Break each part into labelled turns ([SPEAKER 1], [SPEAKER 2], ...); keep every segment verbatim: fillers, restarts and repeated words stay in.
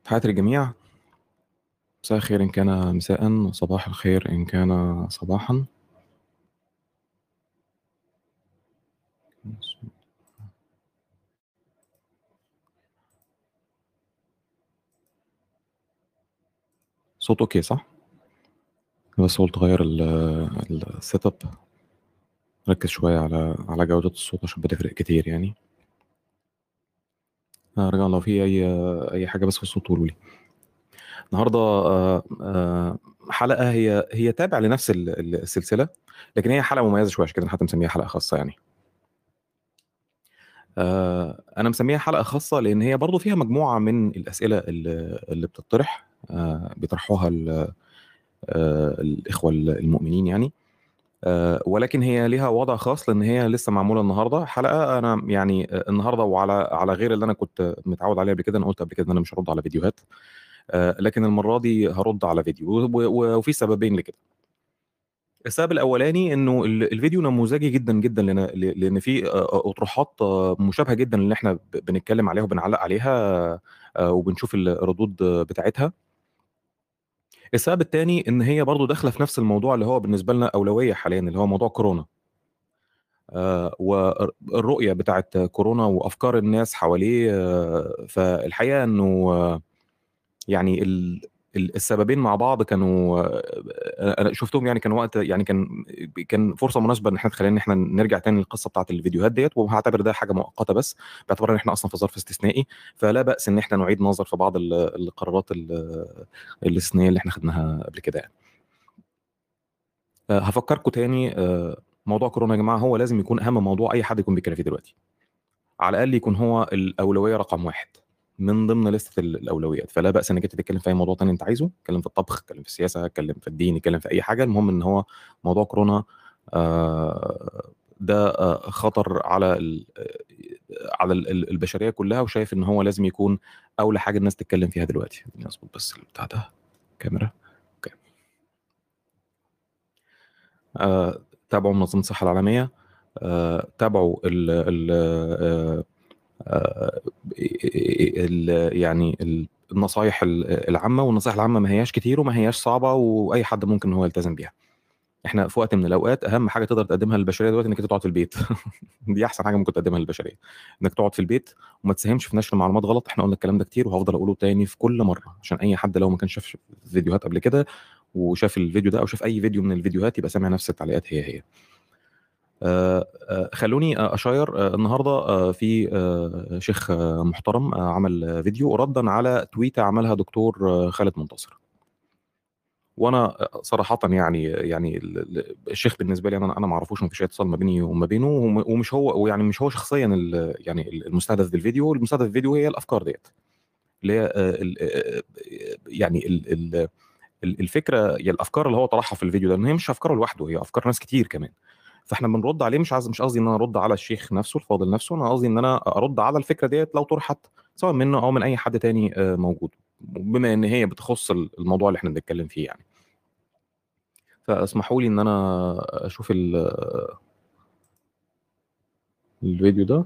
[SPEAKER 1] تحياتي للجميع. مساء الخير إن كان مساء، وصباح الخير إن كان صباحا. صوت أوكي صح؟ بس قلت أغير السيت أب، ركز شوية على على جودة الصوت عشان بتفرق كتير يعني. آه، رجع لو في أي أي حاجة بس في الصوت قولوا لي. النهارده آه، آه، حلقة هي هي تابع لنفس ال- ال- السلسلة، لكن هي حلقة مميزة شوية، عشان كده أنا حتى مسميها حلقة خاصة يعني. آه، أنا مسميها حلقة خاصة لأن هي برضو فيها مجموعة من الأسئلة اللي اللي بتطرح، آه، بيطرحوها ال- آه، الإخوة المؤمنين يعني. آه، ولكن هي ليها وضع خاص لأن هي لسه معمولة النهاردة حلقة. أنا يعني آه، النهاردة وعلى على غير اللي أنا كنت متعود عليه قبل كده. أنا قلت قبل كده إن أنا مش هرد على فيديوهات، آه، لكن المرة دي هرد على فيديو، و- و- وفي سببين لكده. السبب الأولاني إنه ال- الفيديو نموذجي جدا جدا، لأن لأن فيه آه، أطروحات آه، مشابهة جدا اللي إحنا ب- بنتكلم عليها وبنعلق عليها، آه، وبنشوف الردود بتاعتها. السبب الثاني ان هي برضو داخله في نفس الموضوع اللي هو بالنسبه لنا اولويه حاليا، اللي هو موضوع كورونا. آه، والرؤيه بتاعت كورونا وافكار الناس حواليه. آه، فالحقيقه انه آه، يعني ال- ال- السببين مع بعض كانوا، آه، انا شفتهم يعني. كان وقت يعني كان كان فرصه مناسبه ان احنا تخلينا ان احنا نرجع تاني للقصه بتاعت الفيديوهات ديت، وهعتبر ده حاجه مؤقته بس، باعتبار ان احنا اصلا في ظرف استثنائي. فلا باس ان احنا نعيد نظر في بعض ال- القرارات ال- الاستثنائيه اللي احنا خدناها قبل كده يعني. آه، هفكركم تاني. آه، موضوع كورونا يا جماعه هو لازم يكون اهم موضوع اي حد يكون بيتكلم فيه دلوقتي، على الاقل يكون هو الاولويه رقم واحد من ضمن لسته ال- الاولويات. فلا باس انك انت تتكلم في اي موضوع تاني انت عايزه، اتكلم في الطبخ، اتكلم في السياسه، اتكلم في الدين، اتكلم في اي حاجه، المهم ان هو موضوع كورونا آه، ده آه، خطر على ال- آه، على ال- ال- البشريه كلها، وشايف ان هو لازم يكون اولى حاجه الناس تتكلم فيها دلوقتي. خليني اظبط بس البتاع ده، كاميرا. اوكي. آه، تابعوا منظمه الصحه العالميه، آه، تابعوا ال ال آه، آه، ال يعني ال- النصايح ال- العامة. والنصايح العامة ما هياش كتير وما هياش صعبة، وأي حد ممكن إن هو يلتزم بيها. احنا في وقت من الأوقات أهم حاجة تقدر تقدمها للبشرية دلوقتي إنك أنت تقعد في البيت. دي أحسن حاجة ممكن تقدمها للبشرية، إنك تقعد في البيت وما تساهمش في نشر معلومات غلط. احنا قلنا الكلام ده كتير وهفضل أقوله تاني في كل مرة، عشان أي حد لو ما كانش شاف فيديوهات قبل كده وشاف الفيديو ده أو شاف أي فيديو من الفيديوهات يبقى سامع نفس التعليقات هي هي. آه، آه، خلوني آه، اشير آه، النهارده آه، في آه، شيخ آه، محترم آه، عمل آه، فيديو ردا على تويته عملها دكتور آه، خالد منتصر. وانا آه، صراحه يعني يعني ال- ال- الشيخ بالنسبه لي انا انا ما اعرفوش، مفيش اي اتصال ما بيني وما بينه، وم- ومش هو، ويعني مش هو شخصيا ال- يعني المستهدف بالفيديو. المستهدف بالفيديو هي الافكار ديت اللي هي آه، ال- آه، آه، يعني ال- ال- ال- الفكره، هي الافكار اللي هو طرحها في الفيديو ده، ان هي مش افكاره لوحده، هي افكار ناس كتير كمان. فاحنا بنرد عليه. مش عايز مش قصدي ان انا ارد على الشيخ نفسه الفاضل نفسه، انا قصدي ان انا ارد على الفكره ديت لو طرحت، سواء منه او من اي حد تاني آه، موجود، بما ان هي بتخص الموضوع اللي احنا بنتكلم فيه يعني. فاسمحوا لي ان انا اشوف ال- الفيديو ده.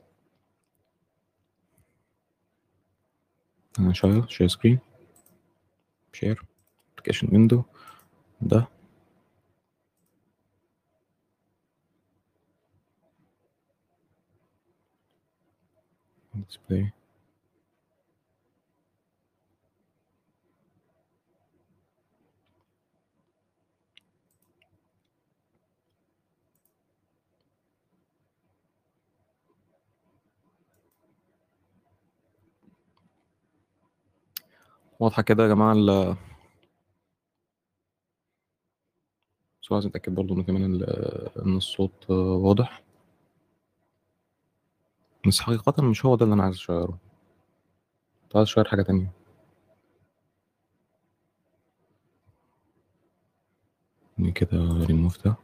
[SPEAKER 1] شير شير سكرين، شير ابلكيشن ويندو ده. ديسبلاي. واضحه كده يا جماعه ال- بس عايز اتاكد برضو ان كمان ال- ان الصوت آه، واضح. بس حقيقه مش هو ده اللي انا عايز اشيره، كنت عايز اشير حاجه تانية. يعني كده ريموف ده.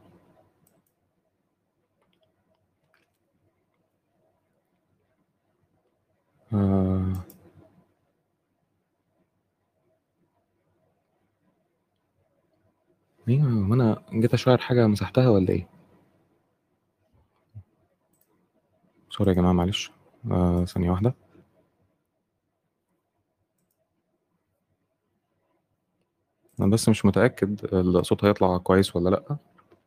[SPEAKER 1] آه. ايوه، ما انا جيت اشير حاجه مسحتها ولا ايه؟ سوري يا جماعه معلش. آه ثانيه واحده. أنا بس مش متأكد الصوت هيطلع كويس ولا لأ.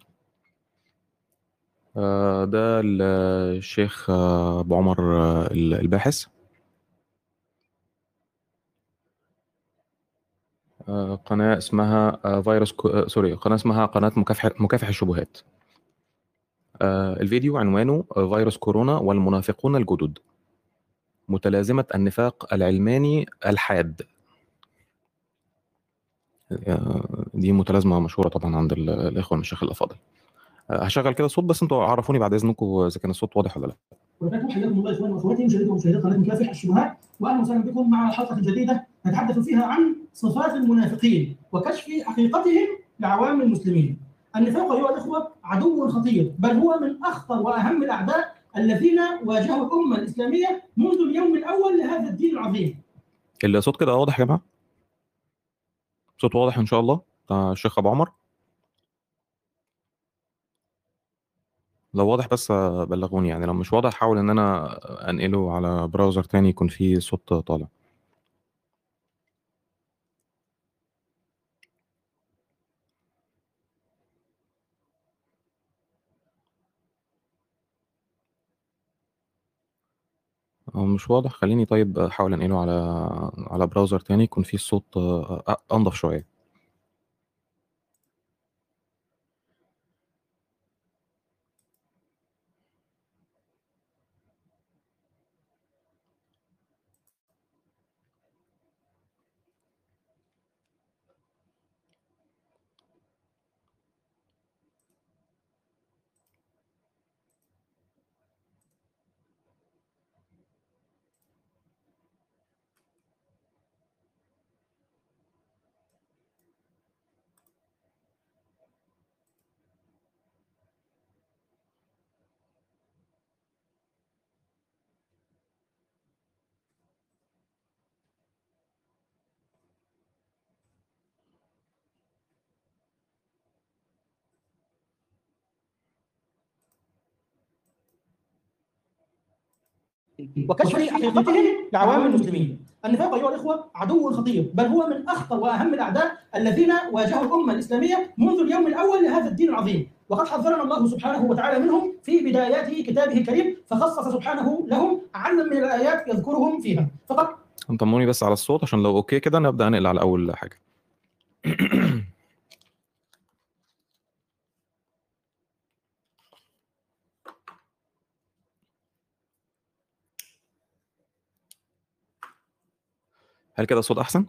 [SPEAKER 1] آه، ده الشيخ آه، أبو عمر آه، الباحث. آه، قناة اسمها آه، فيروس كو... آه، سوري قناة اسمها قناة مكافح مكافح الشبهات. آه، الفيديو عنوانه آه، فيروس كورونا والمنافقون الجدد، متلازمة النفاق العلماني الحاد. آه، دي متلازمة مشهورة طبعا عند ال- الإخوة المشايخ الأفاضل. آه، هشغل كده صوت، بس انتوا عرفوني بعد إذنكم إذا كان الصوت واضح ولا لا.
[SPEAKER 2] وبركاته، حياكم الله اخواني واخواتي مشاهدي ومشاهدات قناه مكافح الشبهات، واهلا وسهلا بكم مع حلقه جديده نتحدث فيها عن صفات المنافقين وكشف حقيقتهم لعوام المسلمين. النفاق ايها الاخوه عدو خطير، بل هو من اخطر واهم الاعداء الذين واجهوا الامه الاسلاميه منذ اليوم الاول لهذا الدين العظيم.
[SPEAKER 1] الصوت كده واضح يا جماعة؟ صوت واضح إن شاء الله بتاع الشيخ أبو عمر؟ لو واضح بس آه، بلغوني، يعني لو مش واضح حاول إن أنا أنقله على براوزر تاني يكون فيه صوت طالع. هو مش واضح، خليني طيب احاول انقله على على براوزر تاني يكون فيه الصوت آه، أ- انضف شويه.
[SPEAKER 2] وكشف حقيقتهم لعوام المسلمين. النفاق ايها الاخوه عدو خطير، بل هو من اخطر واهم الاعداء الذين واجهوا الامه الاسلاميه منذ اليوم الاول لهذا الدين العظيم، وقد حذرنا الله سبحانه وتعالى منهم في بدايات كتابه الكريم، فخصص سبحانه لهم عددا من الايات يذكرهم فيها فقط.
[SPEAKER 1] انطموني بس على الصوت عشان لو اوكي كده نبدا ننقل على اول حاجه. هل كده الصوت احسن؟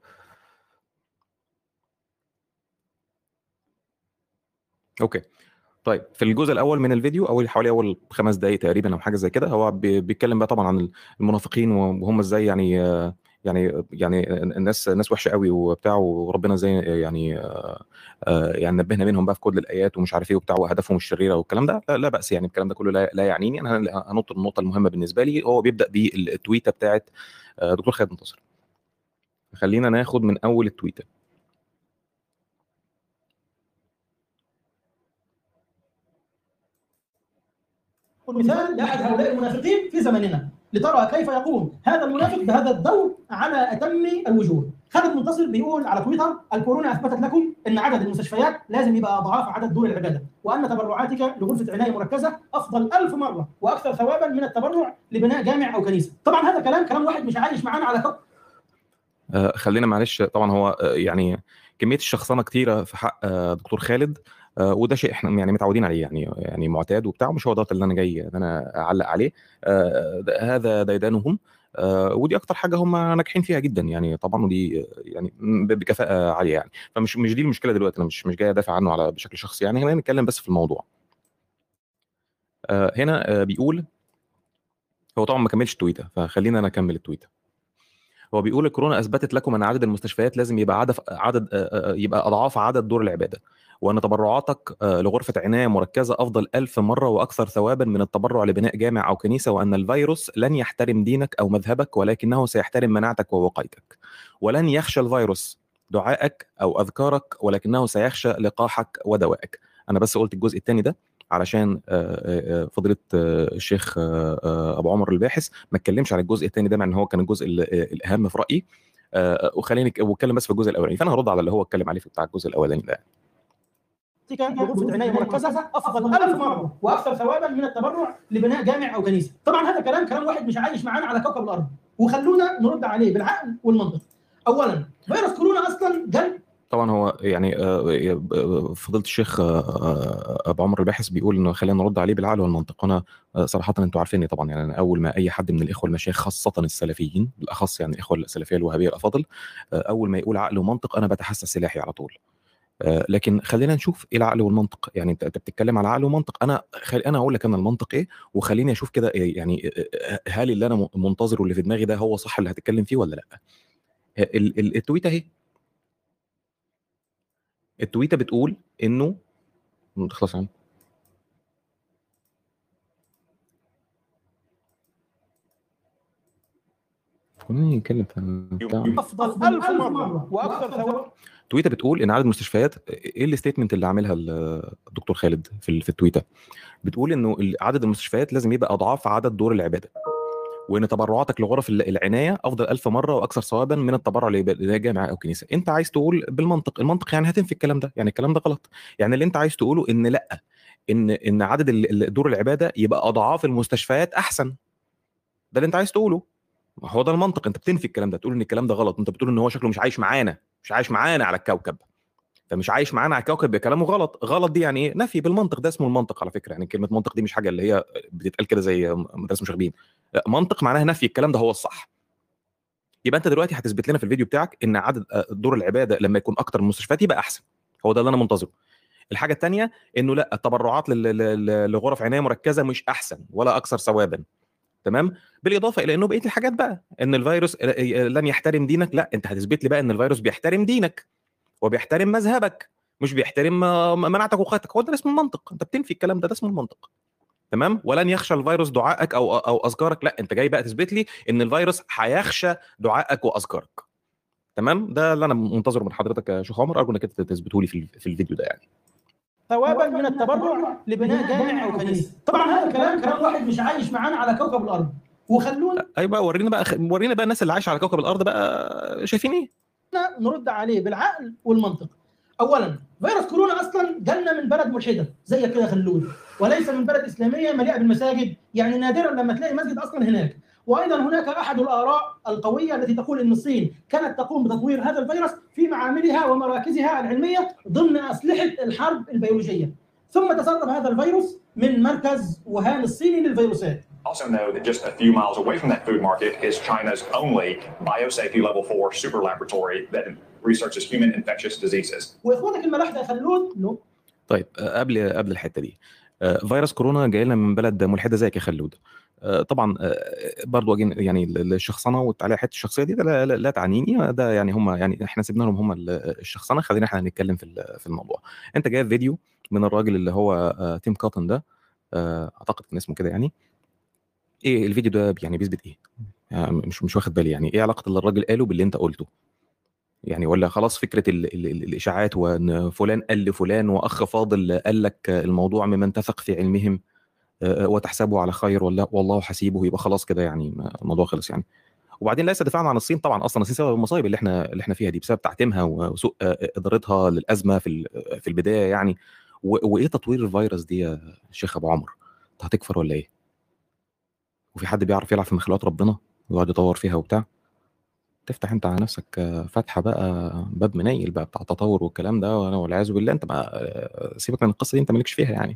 [SPEAKER 1] اوكي. طيب في الجزء الاول من الفيديو، اول حوالي اول خمس دقائق تقريبا او حاجه زي كده، هو بي- بيتكلم بقى طبعا عن المنافقين وهم ازاي يعني آه، يعني يعني الناس ناس وحشه قوي وبتاع، وربنا ازاي يعني آه، آه، يعني نبهنا منهم بقى في كل الايات ومش عارف ايه وبتاع، واهدافهم الشريره والكلام ده. لا, لا باس، يعني الكلام ده كله لا, لا يعنيني. انا هنط النقطه المهمه بالنسبه لي. هو بيبدا بالتويته بتاعت آه، دكتور خالد منتصر. خلينا ناخد من اول التويته.
[SPEAKER 2] مثال لاحد هؤلاء المنافقين في زمننا لترى كيف يقوم هذا المنافق بهذا الدور على اتم الوجوه. خالد منتصر بيقول على تويتر: الكورونا اثبتت لكم ان عدد المستشفيات لازم يبقى اضعاف عدد دور العباده، وان تبرعاتك لغرفه عنايه مركزه افضل ألف مره واكثر ثوابا من التبرع لبناء جامع او كنيسه. طبعا هذا كلام كلام واحد مش عايش معانا على كوكب.
[SPEAKER 1] آه، خلينا معلش، طبعا هو آه، يعني كميه الشخصنه كتيره في حق آه، دكتور خالد، آه، وده شيء احنا يعني متعودين عليه، يعني يعني معتاد وبتاع، ومش هو ده اللي انا جاي ان انا اعلق عليه. آه، ده- هذا ديدانهم. آه، ودي اكتر حاجه هم ناجحين فيها جدا يعني طبعا، ودي آه، يعني ب- بكفاءه عاليه يعني. فمش مش دي المشكله دلوقتي، انا مش مش جاي ادافع عنه على بشكل شخصي، يعني خلينا نتكلم بس في الموضوع. آه، هنا آه، بيقول، هو طبعا ما كملش التويته، فخلينا انا اكمل التويته. هو بيقول الكورونا اثبتت لكم ان عدد المستشفيات لازم يبقى عدد عدد آه، آه، يبقى اضعاف عدد دور العباده، وان تبرعاتك آه، لغرفه عنايه مركزه افضل ألف مره واكثر ثوابا من التبرع لبناء جامع او كنيسه، وان الفيروس لن يحترم دينك او مذهبك، ولكنه سيحترم مناعتك ووقايتك، ولن يخشى الفيروس دعائك او اذكارك، ولكنه سيخشى لقاحك ودوائك. انا بس قلت الجزء الثاني ده علشان آه، آه، فضيله آه، الشيخ آه، آه، ابو عمر الباحث ما اتكلمش عن الجزء الثاني ده، مع ان هو كان الجزء ال- الاهم في رايي. آه وخليني واتكلم بس في الجزء الاولاني، فانا هرد على اللي هو اتكلم عليه في بتاع الجزء الاولاني ده.
[SPEAKER 2] غرفة عناية مركزة أفضل ألف مرة وأكثر ثوابا من التبرع لبناء جامع أو كنيسة. طبعا هذا كلام كلام واحد مش عايش معانا على كوكب الأرض، وخلونا نرد عليه بالعقل والمنطق. أولا فيروس كورونا أصلا جل
[SPEAKER 1] طبعا هو يعني فضيله الشيخ ابو عمر الباحث بيقول انه خلينا نرد عليه بالعقل والمنطق. وانا صراحه انتوا عارفيني طبعا، يعني أنا اول ما اي حد من الاخوه المشايخ خاصه السلفيين بالاخص، يعني الاخوه السلفيه الوهابيه الافاضل، اول ما يقول عقل ومنطق انا بتحسس سلاحي على طول. لكن خلينا نشوف ايه العقل والمنطق. يعني انت بتتكلم على عقل ومنطق، انا خل... انا اقول لك انا المنطق ايه، وخليني اشوف كده إيه يعني هل اللي انا منتظره اللي في دماغي ده هو صح اللي هتتكلم فيه ولا لا. التويته اهي، التويته بتقول انه تخلص عنه كنا نتكلم في
[SPEAKER 2] افضل ألف مره واكثر ثواب.
[SPEAKER 1] تويته بتقول ان عدد المستشفيات، ايه الستيتمنت اللي عاملها الدكتور خالد في في التويته؟ بتقول انه عدد المستشفيات لازم يبقى اضعاف عدد دور العباده، وان تبرعاتك لغرف العنايه افضل ألف مره واكثر ثوابا من التبرع لجامعه او كنيسه. انت عايز تقول بالمنطق، المنطق يعني هتنفي الكلام ده، يعني الكلام ده غلط. يعني اللي انت عايز تقوله ان لا، ان ان عدد دور العباده يبقى اضعاف المستشفيات احسن. ده اللي انت عايز تقوله، هو ده المنطق. انت بتنفي الكلام ده، تقول ان الكلام ده غلط. انت بتقول ان هو شكله مش عايش معانا، مش عايش معانا على الكوكب. فمش عايش معانا على الكوكب بكلامه غلط. غلط دي يعني ايه؟ نفي بالمنطق. ده اسمه المنطق على فكره. يعني كلمه منطق دي مش حاجه اللي هي بتتقال كده زي مدرسه مشاغبين. منطق معناها نفي الكلام ده هو الصح. يبقى انت دلوقتي هتثبت لنا في الفيديو بتاعك ان عدد دور العباده لما يكون اكتر من المستشفيات يبقى احسن. هو ده اللي انا منتظره. الحاجه الثانيه انه لا، التبرعات لغرف عنايه مركزه مش احسن ولا اكثر ثوابا. تمام. بالاضافه الى انه بقيه الحاجات بقى، ان الفيروس لن يحترم دينك. لا، انت هتثبت لي بقى ان الفيروس بيحترم دينك وبيحترم مذهبك، مش بيحترم مناعتك وقايتك. هو ده اسمه المنطق. انت بتنفي الكلام ده، ده اسمه المنطق. تمام. ولن يخشى الفيروس دعائك او او اذكارك. لا، انت جاي بقى تثبت لي ان الفيروس هيخشى دعائك واذكارك. تمام. ده اللي انا منتظره من حضرتك يا شيخ عمر. ارجو انك تثبته لي في في الفيديو ده يعني.
[SPEAKER 2] ثوابا من التبرع لبناء جامع او كنيسه. طبعا هذا الكلام كلام واحد مش عايش معانا على كوكب الارض، وخلونا
[SPEAKER 1] ايوه ورينا بقى، ورينا بقى الناس اللي عايشه على كوكب الارض بقى شايفين ايه.
[SPEAKER 2] نرد عليه بالعقل والمنطق. اولا فيروس كورونا اصلا جالنا من بلد ملحده زي كده خلود، وليس من بلد اسلاميه مليئه بالمساجد. يعني نادرا لما تلاقي مسجد اصلا هناك. وايضا هناك احد الاراء القويه التي تقول ان الصين كانت تقوم بتطوير هذا الفيروس في معاملها ومراكزها العلميه ضمن اسلحه الحرب البيولوجيه، ثم تسرب هذا الفيروس من مركز ووهان الصيني للفيروسات.
[SPEAKER 3] Also know that just a few miles away from that food market is China's only biosafety level four super laboratory that researches human infectious diseases.
[SPEAKER 2] واخواتك الملاحده خلود له.
[SPEAKER 1] طيب قبل قبل الحته دي، فيروس كورونا جاي لنا من بلد ملحده زيك يا خلود. طبعا برضو يعني الشخصنه والتعليق حته الشخصيه دي لا, لا, لا تعنيني. ده يعني هم يعني احنا سيبنا لهم هم الشخصنه، خلينا احنا نتكلم في في الموضوع. انت جايب فيديو من الراجل اللي هو تيم كاتن ده، اعتقد كان اسمه كده. يعني ايه الفيديو ده يعني بيثبت ايه؟ يعني مش مش واخد بالي. يعني ايه علاقه اللي الراجل قاله باللي انت قلته؟ يعني ولا خلاص فكره ال ال ال الاشاعات وان فلان قال لفلان واخ فاضل قال لك الموضوع ممن تثق في علمهم وتحسبه على خير ولا والله حسيبه، يبقى خلاص كده يعني الموضوع خلص يعني. وبعدين ليس دفاعا عن الصين طبعا، اصلا الصين سبب المصايب اللي احنا اللي احنا فيها دي بسبب تعتيمها وسوء ادارتها للازمه في في البدايه يعني. وايه تطوير الفيروس دي يا شيخ ابو عمر؟ انت هتكفر ولا ايه؟ وفي حد بيعرف يلعب في مخلوقات ربنا ويقعد يطور فيها وبتاع؟ تفتح انت على نفسك فتحه بقى باب منيل بقى بتاع التطور والكلام ده، والعياذ بالله. انت بقى سيبك من القصه دي، انت مالكش فيها يعني.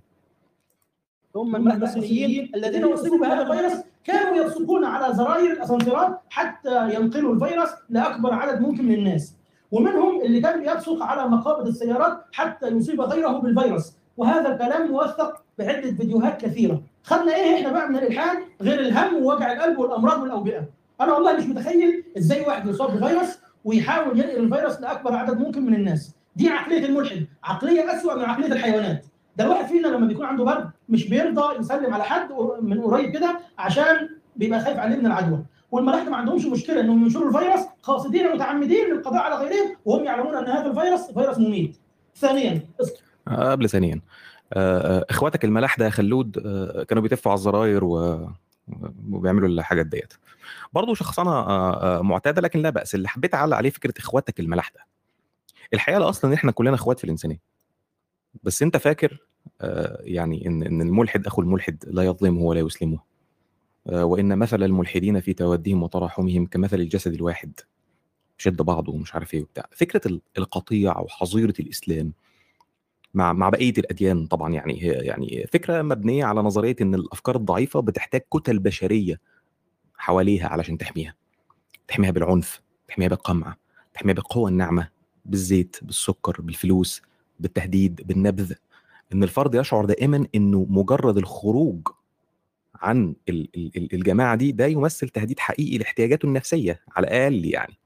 [SPEAKER 2] هم الملاحده الصينيين الذين اصيبوا بهذا الفيروس كانوا يبصقون على زراير الاسانسيرات حتى ينقلوا الفيروس لاكبر عدد ممكن من الناس، ومنهم اللي كان يبصق على مقابض السيارات حتى يصيب غيره بالفيروس. وهذا الكلام موثق بعده فيديوهات كثيره. خدنا ايه احنا بقى من الالحاد غير الهم ووجع القلب والامراض والاوبئه؟ انا والله مش متخيل ازاي واحد يصاب بفيروس ويحاول ينقل الفيروس لاكبر عدد ممكن من الناس. دي عقليه الملحد، عقليه اسوأ من عقليه الحيوانات. ده الواحد فينا لما بيكون عنده برد مش بيرضى يسلم على حد من قريب كده عشان بيبقى خايف عليه من العدوى. والملاحده ما عندهمش مشكله انهم ينشروا الفيروس قاصدين متعمدين للقضاء على غيرهم وهم يعلمون ان هذا الفيروس فيروس مميت. ثانيا
[SPEAKER 1] قبل ثانيا اخواتك الملاحده يا خلود كانوا بيتفوا على الزراير و وبيعملوا الحاجات ديت. برضه شخصنه آه، آه، معتاده لكن لا باس. اللي حبيت اعلق عليه فكره اخواتك الملاحده. الحقيقه اصلا احنا كلنا اخوات في الانسانيه، بس انت فاكر آه، يعني ان ان الملحد اخو الملحد لا يظلمه ولا يسلمه، آه، وان مثل الملحدين في تودهم وتراحمهم كمثل الجسد الواحد شد بعضه ومش عارف ايه وبتاع. فكره ال- القطيع وحظيره الاسلام مع مع بقيه الاديان طبعا، يعني هي يعني فكره مبنيه على نظريه ان الافكار الضعيفه بتحتاج كتل بشريه حواليها علشان تحميها. تحميها بالعنف، تحميها بالقمع، تحميها بالقوه الناعمه، بالزيت، بالسكر، بالفلوس، بالتهديد، بالنبذ. ان الفرد يشعر دائما انه مجرد الخروج عن ال- ال- ال- الجماعه دي ده يمثل تهديد حقيقي لاحتياجاته النفسيه على الاقل. يعني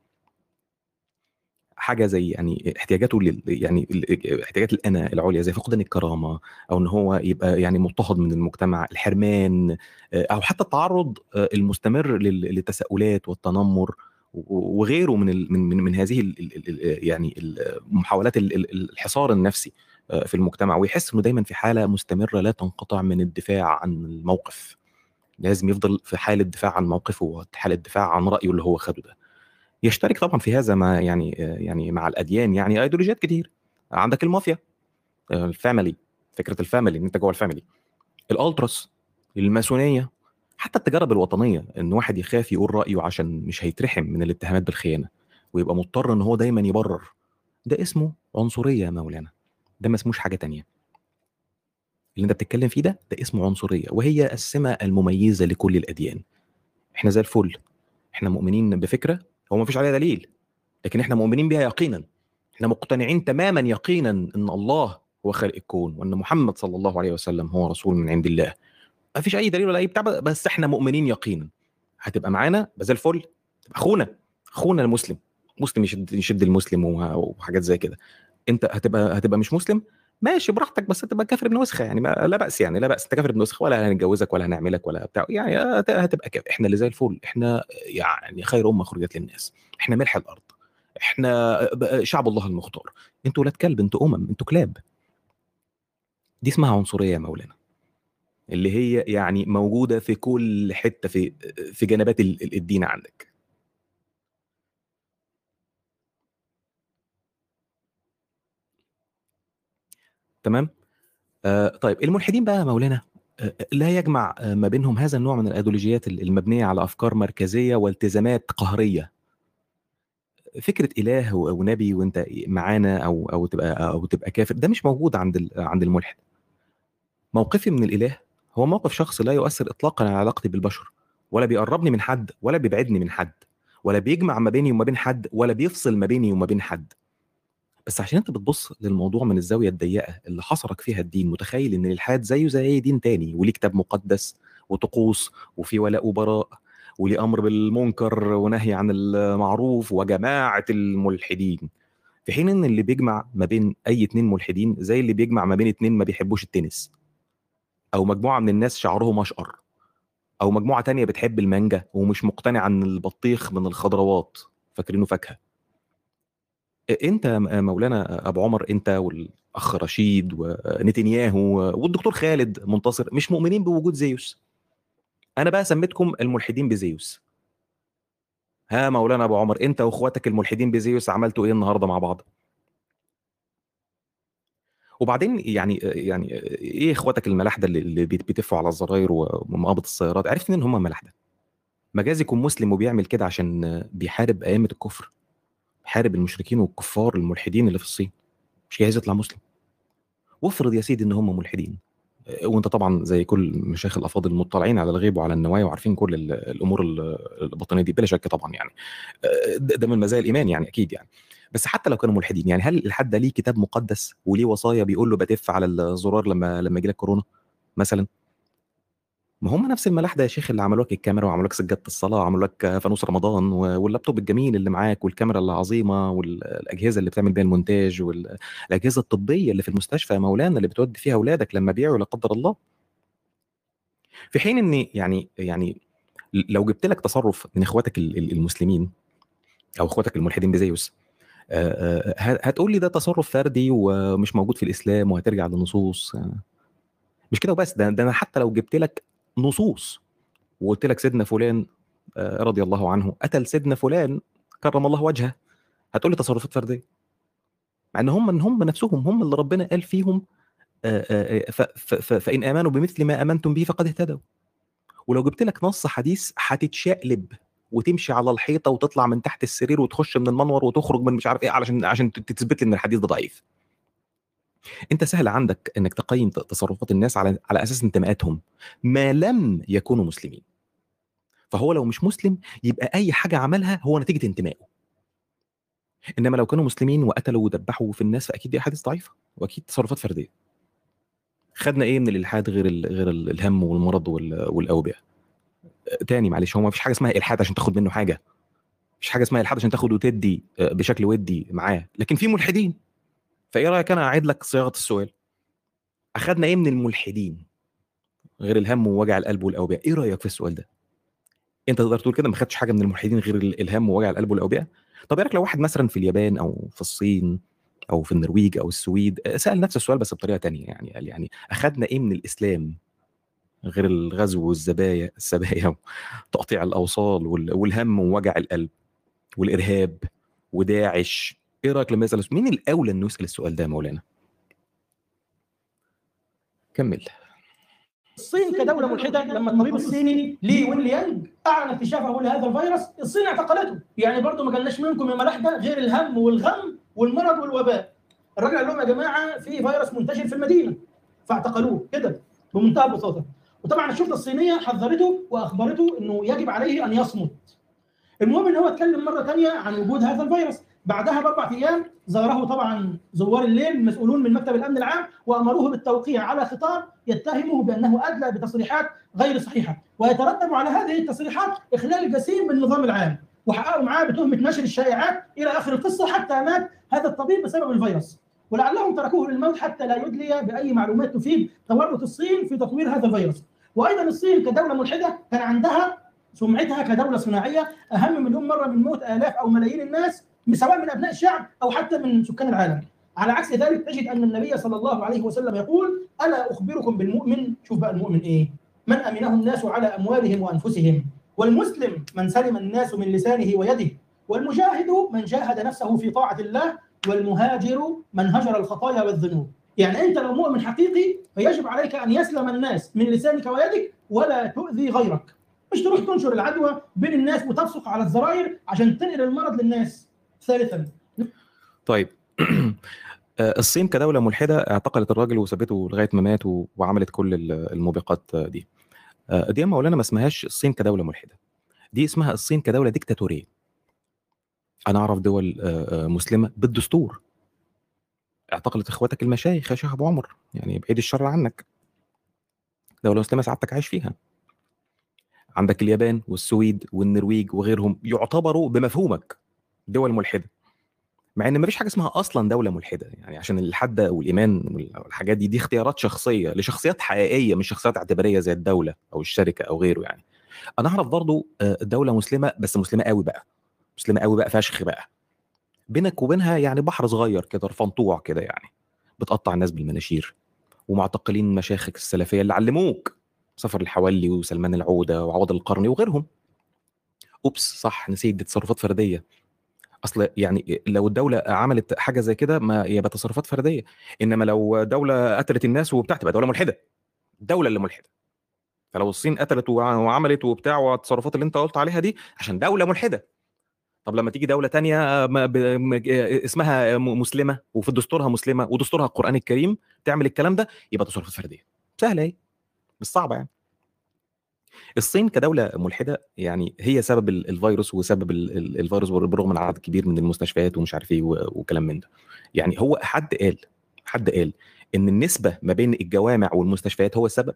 [SPEAKER 1] حاجه زي يعني احتياجاته لل يعني ال- احتياجات الانا العليا زي فقدان الكرامه، او ان هو يبقى يعني مضطهد من المجتمع، الحرمان، آه، او حتى التعرض آه، المستمر لل- للتساؤلات والتنمر و- وغيره من ال- من من من هذه ال ال ال يعني ال- محاولات ال- ال- الحصار النفسي آه، في المجتمع، ويحس انه دايما في حاله مستمره لا تنقطع من الدفاع عن الموقف. لازم يفضل في حاله دفاع عن موقفه وحاله دفاع عن رايه اللي هو خده ده. يشترك طبعا في هذا ما يعني يعني مع الاديان يعني ايديولوجيات كتير. عندك المافيا، الفاميلي، فكره الفاميلي ان انت جوه الفاميلي، الالتراس، الماسونيه، حتى التجارب الوطنيه ان واحد يخاف يقول رايه عشان مش هيترحم من الاتهامات بالخيانه ويبقى مضطر ان هو دايما يبرر. ده اسمه عنصريه يا مولانا، ده ما اسموش حاجه تانية. اللي انت بتتكلم فيه ده ده اسمه عنصريه، وهي السمه المميزه لكل الاديان. احنا زي الفل، احنا مؤمنين بفكره هو ما فيش عليها دليل، لكن احنا مؤمنين بها يقينا. احنا مقتنعين تماما يقينا ان الله هو خالق الكون، وان محمد صلى الله عليه وسلم هو رسول من عند الله. ما فيش اي دليل ولا اي بتاع، بس احنا مؤمنين يقينا. هتبقى معانا زي الفل، تبقى اخونا، اخونا المسلم. مسلم يشد يشد المسلم وه- وحاجات زي كده. انت هتبقى هتبقى مش مسلم، ماشي براحتك، بس هتبقى كافر ابن وسخه يعني، ما لا باس يعني، لا باس. انت كافر ابن وسخه، ولا هنتجوزك ولا هنعملك ولا بتاع يعني، هت- هتبقى كافر. احنا اللي زي الفل، احنا يعني خير امه خرجت للناس، احنا ملح الارض، احنا شعب الله المختار. انتوا ولاد كلب، انتوا امم، انتوا كلاب. دي اسمها عنصريه يا مولانا، اللي هي يعني موجوده في كل حته في في جنبات ال- ال- الدين عندك. تمام. آه طيب الملحدين بقى يا مولانا آه لا يجمع آه ما بينهم هذا النوع من الايديولوجيات المبنيه على افكار مركزيه والتزامات قهريه. فكره اله و- ونبي وانت معانا، او او تبقى او تبقى كافر، ده مش موجود عند ال- عند الملحد. موقفي من الاله هو موقف شخصي لا يؤثر اطلاقا على علاقتي بالبشر، ولا بيقربني من حد ولا بيبعدني من حد، ولا بيجمع ما بيني وما بين حد ولا بيفصل ما بيني وما بين حد. بس عشان انت بتبص للموضوع من الزاويه الضيقه اللي حصرك فيها الدين، متخيل ان الالحاد زيه زي اي دين تاني، وليه كتاب مقدس وطقوس وفي ولاء وبراء وليه امر بالمنكر ونهي عن المعروف وجماعه الملحدين. في حين ان اللي بيجمع ما بين اي اتنين ملحدين زي اللي بيجمع ما بين اتنين ما بيحبوش التنس، او مجموعه من الناس شعرهم اشقر، او مجموعه تانية بتحب المانجا ومش مقتنعه ان البطيخ من الخضروات، فاكرينه فاكهه. انت يا مولانا ابو عمر، انت والاخ رشيد ونتنياهو والدكتور خالد منتصر مش مؤمنين بوجود زيوس. انا بقى سميتكم الملحدين بزيوس. ها مولانا ابو عمر، انت واخواتك الملحدين بزيوس عملتوا ايه النهارده مع بعض؟ وبعدين يعني يعني ايه اخواتك الملاحده اللي اللي بيتفوا على الزراير ومقابض السيارات؟ عرفت ان هم ملاحده؟ مجاز يكون مسلم وبيعمل كده عشان بيحارب ائمه الكفر، بيحارب المشركين والكفار الملحدين اللي في الصين، مش جايز يطلع مسلم. وافرض يا سيدي ان هم ملحدين، وانت طبعا زي كل مشايخ الافاضل مطلعين على الغيب وعلى النوايا وعارفين كل ال- الامور ال- الباطنيه دي بلا شك طبعا يعني. ده ده من مزايا الايمان يعني اكيد يعني. بس حتى لو كانوا ملحدين، يعني هل الحد ده ليه كتاب مقدس وليه وصايا بيقول له بتف على الزرار لما لما يجي لك كورونا مثلا؟ ما هم نفس الملاحده يا شيخ اللي عملوا لك الكاميرا وعملوا لك سجاده الصلاه وعملوا لك فانوس رمضان و- واللابتوب الجميل اللي معاك والكاميرا العظيمه والاجهزه اللي بتعمل بيها المونتاج والاجهزه الطبيه اللي في المستشفى يا مولانا اللي بتودي فيها اولادك لما بيعوا لا قدر الله. في حين ان يعني يعني لو جبت لك تصرف من اخواتك ال- ال- المسلمين او اخواتك الملحدين بزيوس، آه، آه، هتقول لي ده تصرف فردي ومش موجود في الاسلام وهترجع للنصوص. مش كده وبس، ده, ده انا حتى لو جبت لك نصوص وقلت لك سيدنا فلان آه، رضي الله عنه قتل سيدنا فلان كرم الله وجهه، هتقول لي تصرفات فرديه، مع ان هم ان هم نفسهم هم اللي ربنا قال فيهم آه، آه، ف- ف- ف- فان امنوا بمثل ما امنتم به فقد اهتدوا. ولو جبت لك نص حديث هتتشقلب وتمشي على الحيطه وتطلع من تحت السرير وتخش من المنور وتخرج من مش عارف ايه علشان عشان تثبت لي ان الحديث ده ضعيف. انت سهل عندك انك تقيم تصرفات الناس على على اساس انتماءاتهم ما لم يكونوا مسلمين. فهو لو مش مسلم يبقى اي حاجه عملها هو نتيجه انتمائه. انما لو كانوا مسلمين وقتلوا وذبحوا في الناس فاكيد دي احاديث ضعيفه واكيد تصرفات فرديه. خدنا ايه من الالحاد غير ال غير ال الهم والمرض وال- والاوبئه؟ تاني معلش، هو ما فيش حاجه اسمها الحاد عشان تاخد منه حاجه، مفيش حاجه اسمها الحاد عشان تاخد وتدي آه، بشكل ودي معاه، لكن في ملحدين. فايه رايك انا اعيد لك صياغه السؤال؟ اخدنا ايه من الملحدين غير الهم ووجع القلب والاوبئه؟ ايه رايك في السؤال ده؟ انت تقدر تقول كده ما خدتش حاجه من الملحدين غير ال- الهم ووجع القلب والاوبئه؟ طب ايه رايك لو واحد مثلا في اليابان او في الصين او في النرويج او السويد آه، سال نفس السؤال بس بطريقه تانية، يعني قال يعني اخدنا ايه من الاسلام غير الغزو والزبايا السبايا وتقطيع الاوصال وال- والهم ووجع القلب والارهاب وداعش؟ ايه رايك لما يسال مين الاولى انه يسال السؤال ده يا مولانا؟ كمل.
[SPEAKER 2] الصين كدولة ملحدة لما الطبيب الصيني لي وينليانج أعلن اكتشافه لهذا الفيروس، الصين اعتقلته. يعني برضه ما قالناش منكم يا ملاحدة غير الهم والغم والمرض والوباء. الراجل قال لهم يا جماعة في فيروس منتشر في المدينة، فاعتقلوه كده بمنتهى البساطة. وطبعا الشرطة الصينية حذرته وأخبرته إنه يجب عليه أن يصمت. المهم ان هو اتكلم مره ثانيه عن وجود هذا الفيروس. بعدها باربع ايام زاره طبعا زوار الليل المسؤولون من مكتب الامن العام وامروه بالتوقيع على خطاب يتهمه بانه ادلى بتصريحات غير صحيحه، ويترتب على هذه التصريحات اخلال جسيم بالنظام العام، وحققوا معاه بتهمه نشر الشائعات الى اخر القصه حتى مات هذا الطبيب بسبب الفيروس. ولعلهم تركوه للموت حتى لا يدلي باي معلومات تفيد تورط الصين في تطوير هذا الفيروس. وايضا الصين كدوله ملحده كان عندها سمعتها كدولة صناعية أهم مليون مرة من موت آلاف أو ملايين الناس سواء من أبناء الشعب أو حتى من سكان العالم. على عكس ذلك تجد أن النبي صلى الله عليه وسلم يقول: ألا أخبركم بالمؤمن؟ شوف بقى المؤمن إيه؟ من أمنه الناس على أموالهم وأنفسهم، والمسلم من سلم الناس من لسانه ويده، والمجاهد من جاهد نفسه في طاعة الله، والمهاجر من هجر الخطايا والذنوب. يعني أنت لو مؤمن حقيقي فيجب عليك أن يسلم الناس من لسانك ويدك ولا تؤذي غيرك، مش تروح تنشر العدوى بين الناس وتبصق على الزراير عشان تنقل المرض للناس. ثالثا
[SPEAKER 1] طيب الصين كدولة ملحدة اعتقلت الراجل وسابته لغاية ما مات وعملت كل الموبقات دي. دي مولانا ما اسمهاش الصين كدولة ملحدة، دي اسمها الصين كدولة ديكتاتورية. أنا أعرف دول مسلمة بالدستور اعتقلت إخواتك المشايخ يا شيخ أبو عمر، يعني بعيد الشر عنك، دولة مسلمة سعادتك عايش فيها. عندك اليابان والسويد والنرويج وغيرهم يعتبروا بمفهومك دول ملحدة، مع ان مفيش حاجه اسمها اصلا دوله ملحده، يعني عشان الحد والايمان والحاجات دي دي اختيارات شخصيه لشخصيات حقيقيه مش شخصيات اعتباريه زي الدوله او الشركه او غيره. يعني انا اعرف برضو دوله مسلمه بس مسلمه قوي بقى، مسلمه قوي بقى فشخ بقى، بينك وبينها يعني بحر صغير كده رفنطوع كده، يعني بتقطع الناس بالمناشير ومعتقلين مشايخك السلفيه اللي علموك سفر الحولي وسلمان العوده وعوض القرني وغيرهم. اوبس صح نسيت، دي تصرفات فرديه. اصل يعني لو الدوله عملت حاجه زي كده ما يبقى تصرفات فرديه، انما لو دوله قتلت الناس وبتاع تبقى دوله ملحده، الدوله اللي ملحده. فلو الصين قتلت وعملت وبتاع والتصرفات اللي انت قلت عليها دي عشان دوله ملحده. طب لما تيجي دوله تانية اسمها مسلمه وفي دستورها مسلمه ودستورها القران الكريم تعمل الكلام ده يبقى تصرفات فرديه. سهله اهي مش صعبه يعني. الصين كدوله ملحده يعني هي سبب الفيروس وسبب الفيروس بالرغم من عدد كبير من المستشفيات ومش عارف ايه وكلام من ده. يعني هو حد قال حد قال ان النسبه ما بين الجوامع والمستشفيات هو السبب؟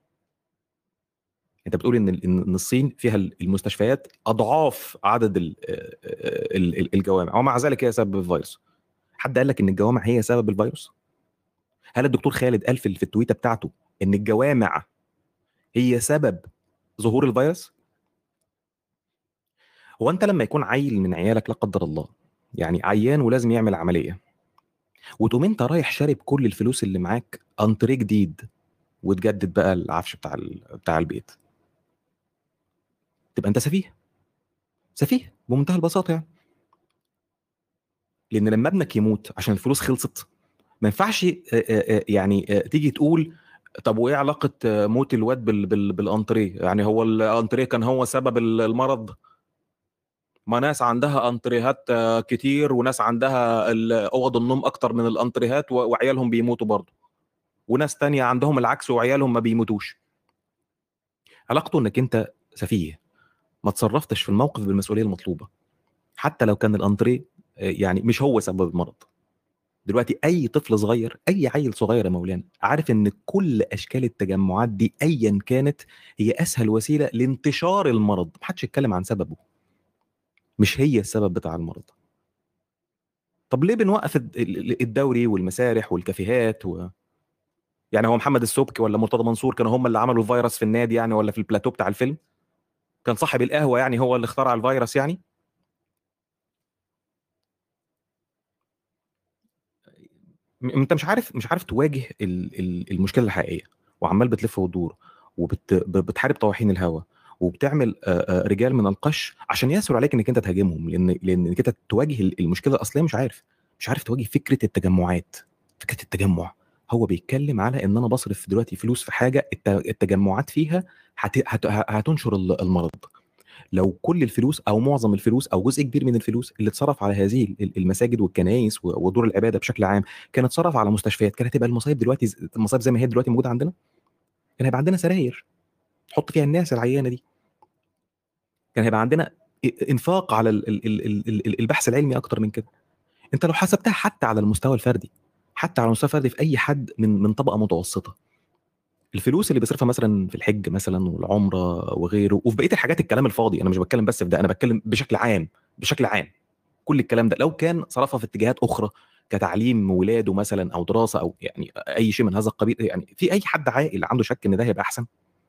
[SPEAKER 1] انت بتقول ان ان الصين فيها المستشفيات اضعاف عدد الجوامع ومع ذلك هي سبب الفيروس. حد قال لك ان الجوامع هي سبب الفيروس؟ هل الدكتور خالد قال في التويته بتاعته ان الجوامع هي سبب ظهور الفيروس؟ هو انت لما يكون عيل من عيالك لا قدر الله يعني عيان ولازم يعمل عمليه وتقوم انت رايح شارب كل الفلوس اللي معاك انتريه جديد وتجدد بقى العفش بتاع بتاع البيت، تبقى انت سفيه، سفيه بمنتهى البساطه يعني. لان لما ابنك يموت عشان الفلوس خلصت، ما ينفعش يعني تيجي تقول طب وايه علاقه موت الواد بال بال بالانتريه؟ يعني هو الانتريه كان هو سبب المرض؟ ما ناس عندها انتريهات كتير وناس عندها اوض النوم اكتر من الانتريهات وعيالهم بيموتوا برضه، وناس تانية عندهم العكس وعيالهم ما بيموتوش. علاقته انك انت سفيه، ما تصرفتش في الموقف بالمسؤوليه المطلوبه حتى لو كان الانتريه يعني مش هو سبب المرض. دلوقتي اي طفل صغير، اي عيل صغير يا مولانا، عارف ان كل اشكال التجمعات دي ايا كانت هي اسهل وسيله لانتشار المرض، محدش يتكلم عن سببه، مش هي السبب بتاع المرض. طب ليه بنوقف الدوري والمسارح والكافيهات و... يعني هو محمد السبكي ولا مرتضى منصور كانوا هم اللي عملوا الفيروس في النادي يعني، ولا في البلاتو بتاع الفيلم؟ كان صاحب القهوه يعني هو اللي اخترع الفيروس يعني؟ انت مش عارف مش عارف تواجه المشكله الحقيقيه، وعمال بتلف وتدور وبتحارب طواحين الهوا، وبتعمل رجال من القش عشان يسهل عليك انك انت تهاجمهم، لان لان انك انت تواجه المشكله الاصليه مش عارف مش عارف تواجه فكره التجمعات. فكره التجمع هو بيتكلم على ان انا بصرف دلوقتي فلوس في حاجه التجمعات فيها هت... هت... هتنشر المرض. لو كل الفلوس او معظم الفلوس او جزء كبير من الفلوس اللي اتصرف على هذه المساجد والكنائس ودور العباده بشكل عام كانت اتصرف على مستشفيات، كانت هتبقى المصايب دلوقتي المصايب زي ما هي دلوقتي موجوده عندنا. كان هيبقى عندنا سراير تحط فيها الناس العيانه دي، كان هيبقى عندنا انفاق على البحث العلمي اكتر من كده. انت لو حسبتها حتى على المستوى الفردي، حتى على المستوى الفردي في اي حد من من طبقه متوسطه، الفلوس اللي بيصرفها مثلا في الحج مثلا والعمره وغيره وفي بقيه الحاجات، الكلام الفاضي، انا مش بتكلم بس في ده، انا بتكلم بشكل عام بشكل عام كل الكلام ده لو كان صرفها في اتجاهات اخرى كتعليم ولاده مثلا او دراسه او يعني اي شيء من هذا القبيل، يعني في اي حد عاقل عنده شك ان ده هيبقى احسن؟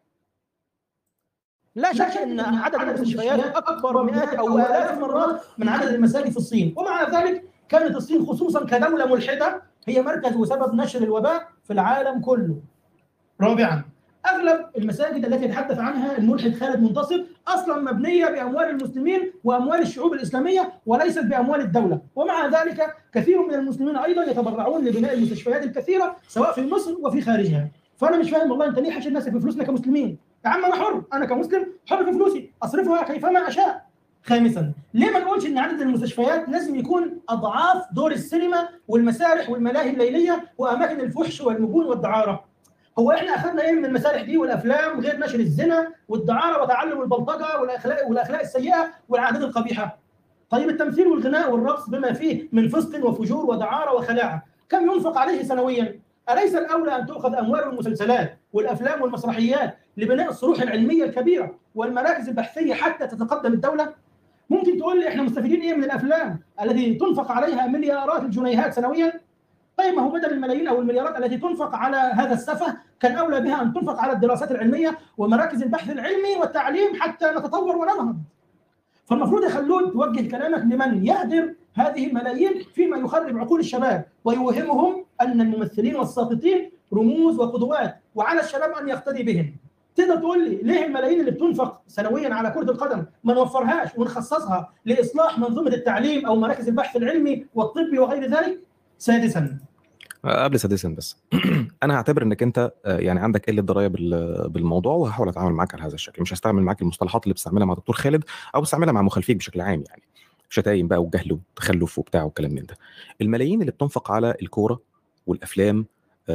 [SPEAKER 2] لا شك ان عدد المستشفيات اكبر مئات او الاف المرات من عدد المساجد في الصين، ومع ذلك كانت الصين خصوصا كدوله ملحده هي مركز وسبب نشر الوباء في العالم كله. رابعا، اغلب المساجد التي يتحدث عنها الملحد خالد منتصر اصلا مبنيه باموال المسلمين واموال الشعوب الاسلاميه وليست باموال الدوله، ومع ذلك كثير من المسلمين ايضا يتبرعون لبناء المستشفيات الكثيره سواء في مصر وفي خارجها. فانا مش فاهم والله انت ليه حاشر نفسك بفلوسنا كمسلمين؟ يا عم انا حر، انا كمسلم حر في فلوسي اصرفها كيفما اشاء. خامسا، ليه ما نقولش ان عدد المستشفيات لازم يكون اضعاف دور السينما والمسارح والملاهي الليليه واماكن الفحش والمجون والدعاره؟ هو احنا اخذنا ايه من المسارح دي والافلام غير نشر الزنا والدعاره وتعلم البلطجه والاخلاق والاخلاق السيئه والعادات القبيحه؟ طيب التمثيل والغناء والرقص بما فيه من فسق وفجور ودعاره وخلاعه كم ينفق عليه سنويا؟ اليس الاولى ان تؤخذ اموال المسلسلات والافلام والمسرحيات لبناء الصروح العلميه الكبيره والمراكز البحثيه حتى تتقدم الدوله؟ ممكن تقول لي احنا مستفيدين ايه من الافلام التي تنفق عليها مليارات الجنيهات سنويا؟ طيب ما هو بدل الملايين او المليارات التي تنفق على هذا السفه كان اولى بها ان تنفق على الدراسات العلميه ومراكز البحث العلمي والتعليم حتى نتطور وننهض. فالمفروض يا خلود توجه كلامك لمن يهدر هذه الملايين فيما يخرب عقول الشباب ويوهمهم ان الممثلين والساقطين رموز وقدوات وعلى الشباب ان يقتدي بهم. تقدر تقول لي ليه الملايين اللي بتنفق سنويا على كرة القدم ما نوفرهاش ونخصصها لاصلاح منظومه التعليم او مراكز البحث العلمي والطبي وغير ذلك؟ سادسا،
[SPEAKER 1] قبل سادسا بس انا هعتبر انك انت يعني عندك قله درايه بالموضوع، وهحاول اتعامل معاك على هذا الشكل. مش هستعمل معاك المصطلحات اللي بتستعملها مع دكتور خالد او بتستعملها مع مخالفيك بشكل عام، يعني شتايم بقى وجهل وتخلف وبتاع وكلام من ده. الملايين اللي بتنفق على الكوره والافلام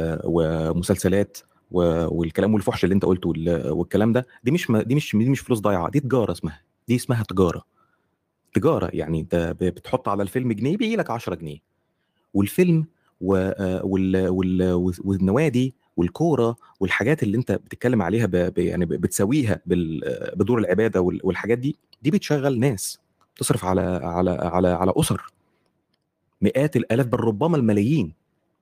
[SPEAKER 1] ومسلسلات والكلام والفحش اللي انت قلته والكلام ده، دي مش دي مش دي مش فلوس ضايعه، دي تجاره، اسمها دي اسمها تجاره. تجاره يعني انت بتحط على الفيلم جنيه بيجي لك عشرة جنيه، والفيلم وال وال والنوادي والكوره والحاجات اللي انت بتتكلم عليها ب... يعني بتسويها بدور العباده والحاجات دي دي بتشغل ناس تصرف على على على على اسر مئات الالاف بل ربما الملايين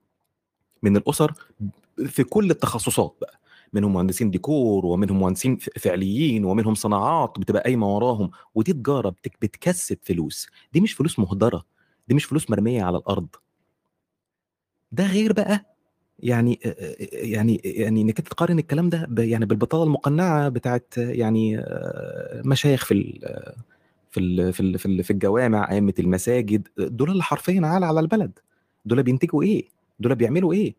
[SPEAKER 1] من الاسر في كل التخصصات بقى، منهم مهندسين ديكور ومنهم مهندسين فعليين ومنهم صناعات بتبقى قايمه وراهم، ودي تجاره بتكسب فلوس. دي مش فلوس مهدره، دي مش فلوس مرميه على الارض. ده غير بقى يعني آه، يعني يعني انك انت تقارن الكلام ده ب- يعني بالبطاله المقنعه بتاعت يعني آه، مشايخ في ال في ال في ال في ال- في الجوامع، ائمه المساجد، دول اللي حرفيا عال على البلد. دول بينتجوا ايه؟ دول بيعملوا ايه؟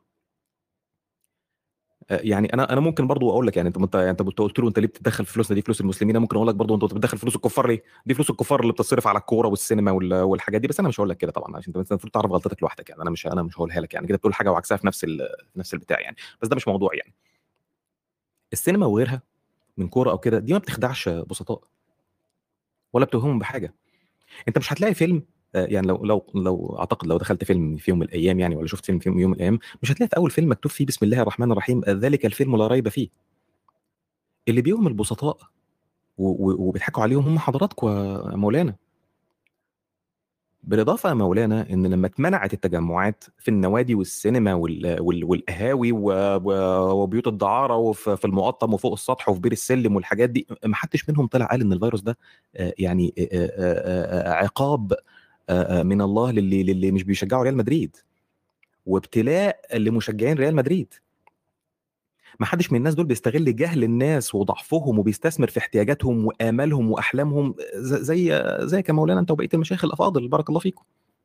[SPEAKER 1] آه، يعني انا انا ممكن برضو اقول لك، يعني انت انت انت قلت له انت ليه بتدخل فلوسنا دي فلوس المسلمين، انا ممكن اقول لك برضو انت بتدخل فلوس الكفار ليه؟ دي فلوس الكفار اللي بتصرف على الكوره والسينما وال- والحاجات دي. بس انا مش هقول لك كده طبعا، عشان انت المفروض تعرف غلطتك لوحدك. يعني انا مش انا مش هقولها لك، يعني كده بتقول حاجه وعكسها في نفس ال... في نفس البتاع يعني. بس ده مش موضوع يعني. السينما وغيرها من كوره او كده، دي ما بتخدعش بسطاء ولا بتوهمهم بحاجه. انت مش هتلاقي فيلم آه، يعني لو لو لو اعتقد لو دخلت فيلم في يوم من الايام يعني، ولا شفت فيلم في يوم من الايام، مش هتلاقي في اول فيلم مكتوب فيه بسم الله الرحمن الرحيم آه، ذلك الفيلم لا ريب فيه. اللي بيهم البسطاء و- و- وبيضحكوا عليهم هم حضراتكم يا مولانا. بالاضافه يا مولانا ان لما اتمنعت التجمعات في النوادي والسينما وال- وال- والقهاوي و- و- وبيوت الدعاره وفي في المقطم وفوق السطح وفي بير السلم والحاجات دي، ما حدش منهم طلع قال ان الفيروس ده آه، يعني آه، آه، آه، عقاب آه، آه، من الله للي للي مش بيشجعوا ريال مدريد، وابتلاء لمشجعين ريال مدريد. ما حدش من الناس دول بيستغل جهل الناس وضعفهم وبيستثمر في احتياجاتهم وآمالهم وأحلامهم ز- زي زي كمولانا انت وبقية المشايخ الأفاضل، بارك الله فيكم.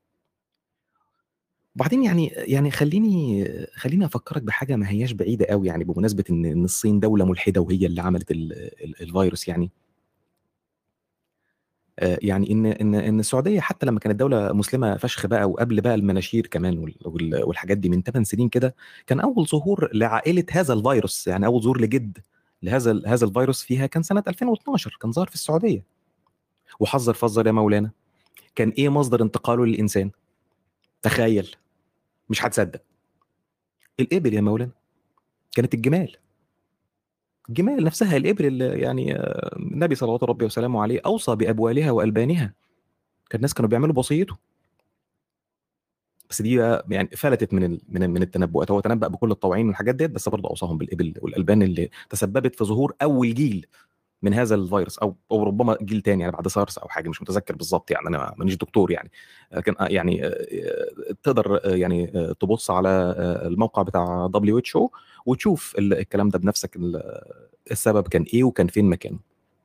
[SPEAKER 1] وبعدين يعني يعني خليني خليني افكرك بحاجه ما هياش بعيده قوي، يعني بمناسبه ان ان الصين دوله ملحده وهي اللي عملت ال ال الفيروس يعني. آه، يعني ان ان ان السعوديه حتى لما كانت دوله مسلمه فشخ بقى، وقبل بقى المناشير كمان وال- وال- والحاجات دي من ثمان سنين كده، كان اول ظهور لعائله هذا الفيروس، يعني اول ظهور لجد لهذا ال- هذا الفيروس فيها كان سنه ألفين واثناشر، كان ظهر في السعوديه. وحذر فذر يا مولانا، كان ايه مصدر انتقاله للانسان؟ تخيل، مش هتصدق. الابل يا مولانا، كانت الجمال. الجمال نفسها، الإبر اللي يعني آه، النبي صلوات ربي وسلامه عليه أوصى بأبوالها وألبانها. كان الناس كانوا بيعملوا بوصيته. بس دي بقى يعني فلتت من ال... من من التنبؤات. هو تنبأ بكل الطواعين والحاجات ديت، بس برضه أوصاهم بالإبل والألبان اللي تسببت في ظهور أول جيل من هذا الفيروس، أو أو ربما جيل تاني يعني بعد سارس أو حاجة، مش متذكر بالظبط يعني، أنا مانيش دكتور يعني. لكن آه، يعني آه، آه، تقدر آه، يعني آه، تبص على آه، الموقع بتاع دبليو اتش او وتشوف ال- الكلام ده بنفسك، ال- السبب كان إيه وكان فين مكانه.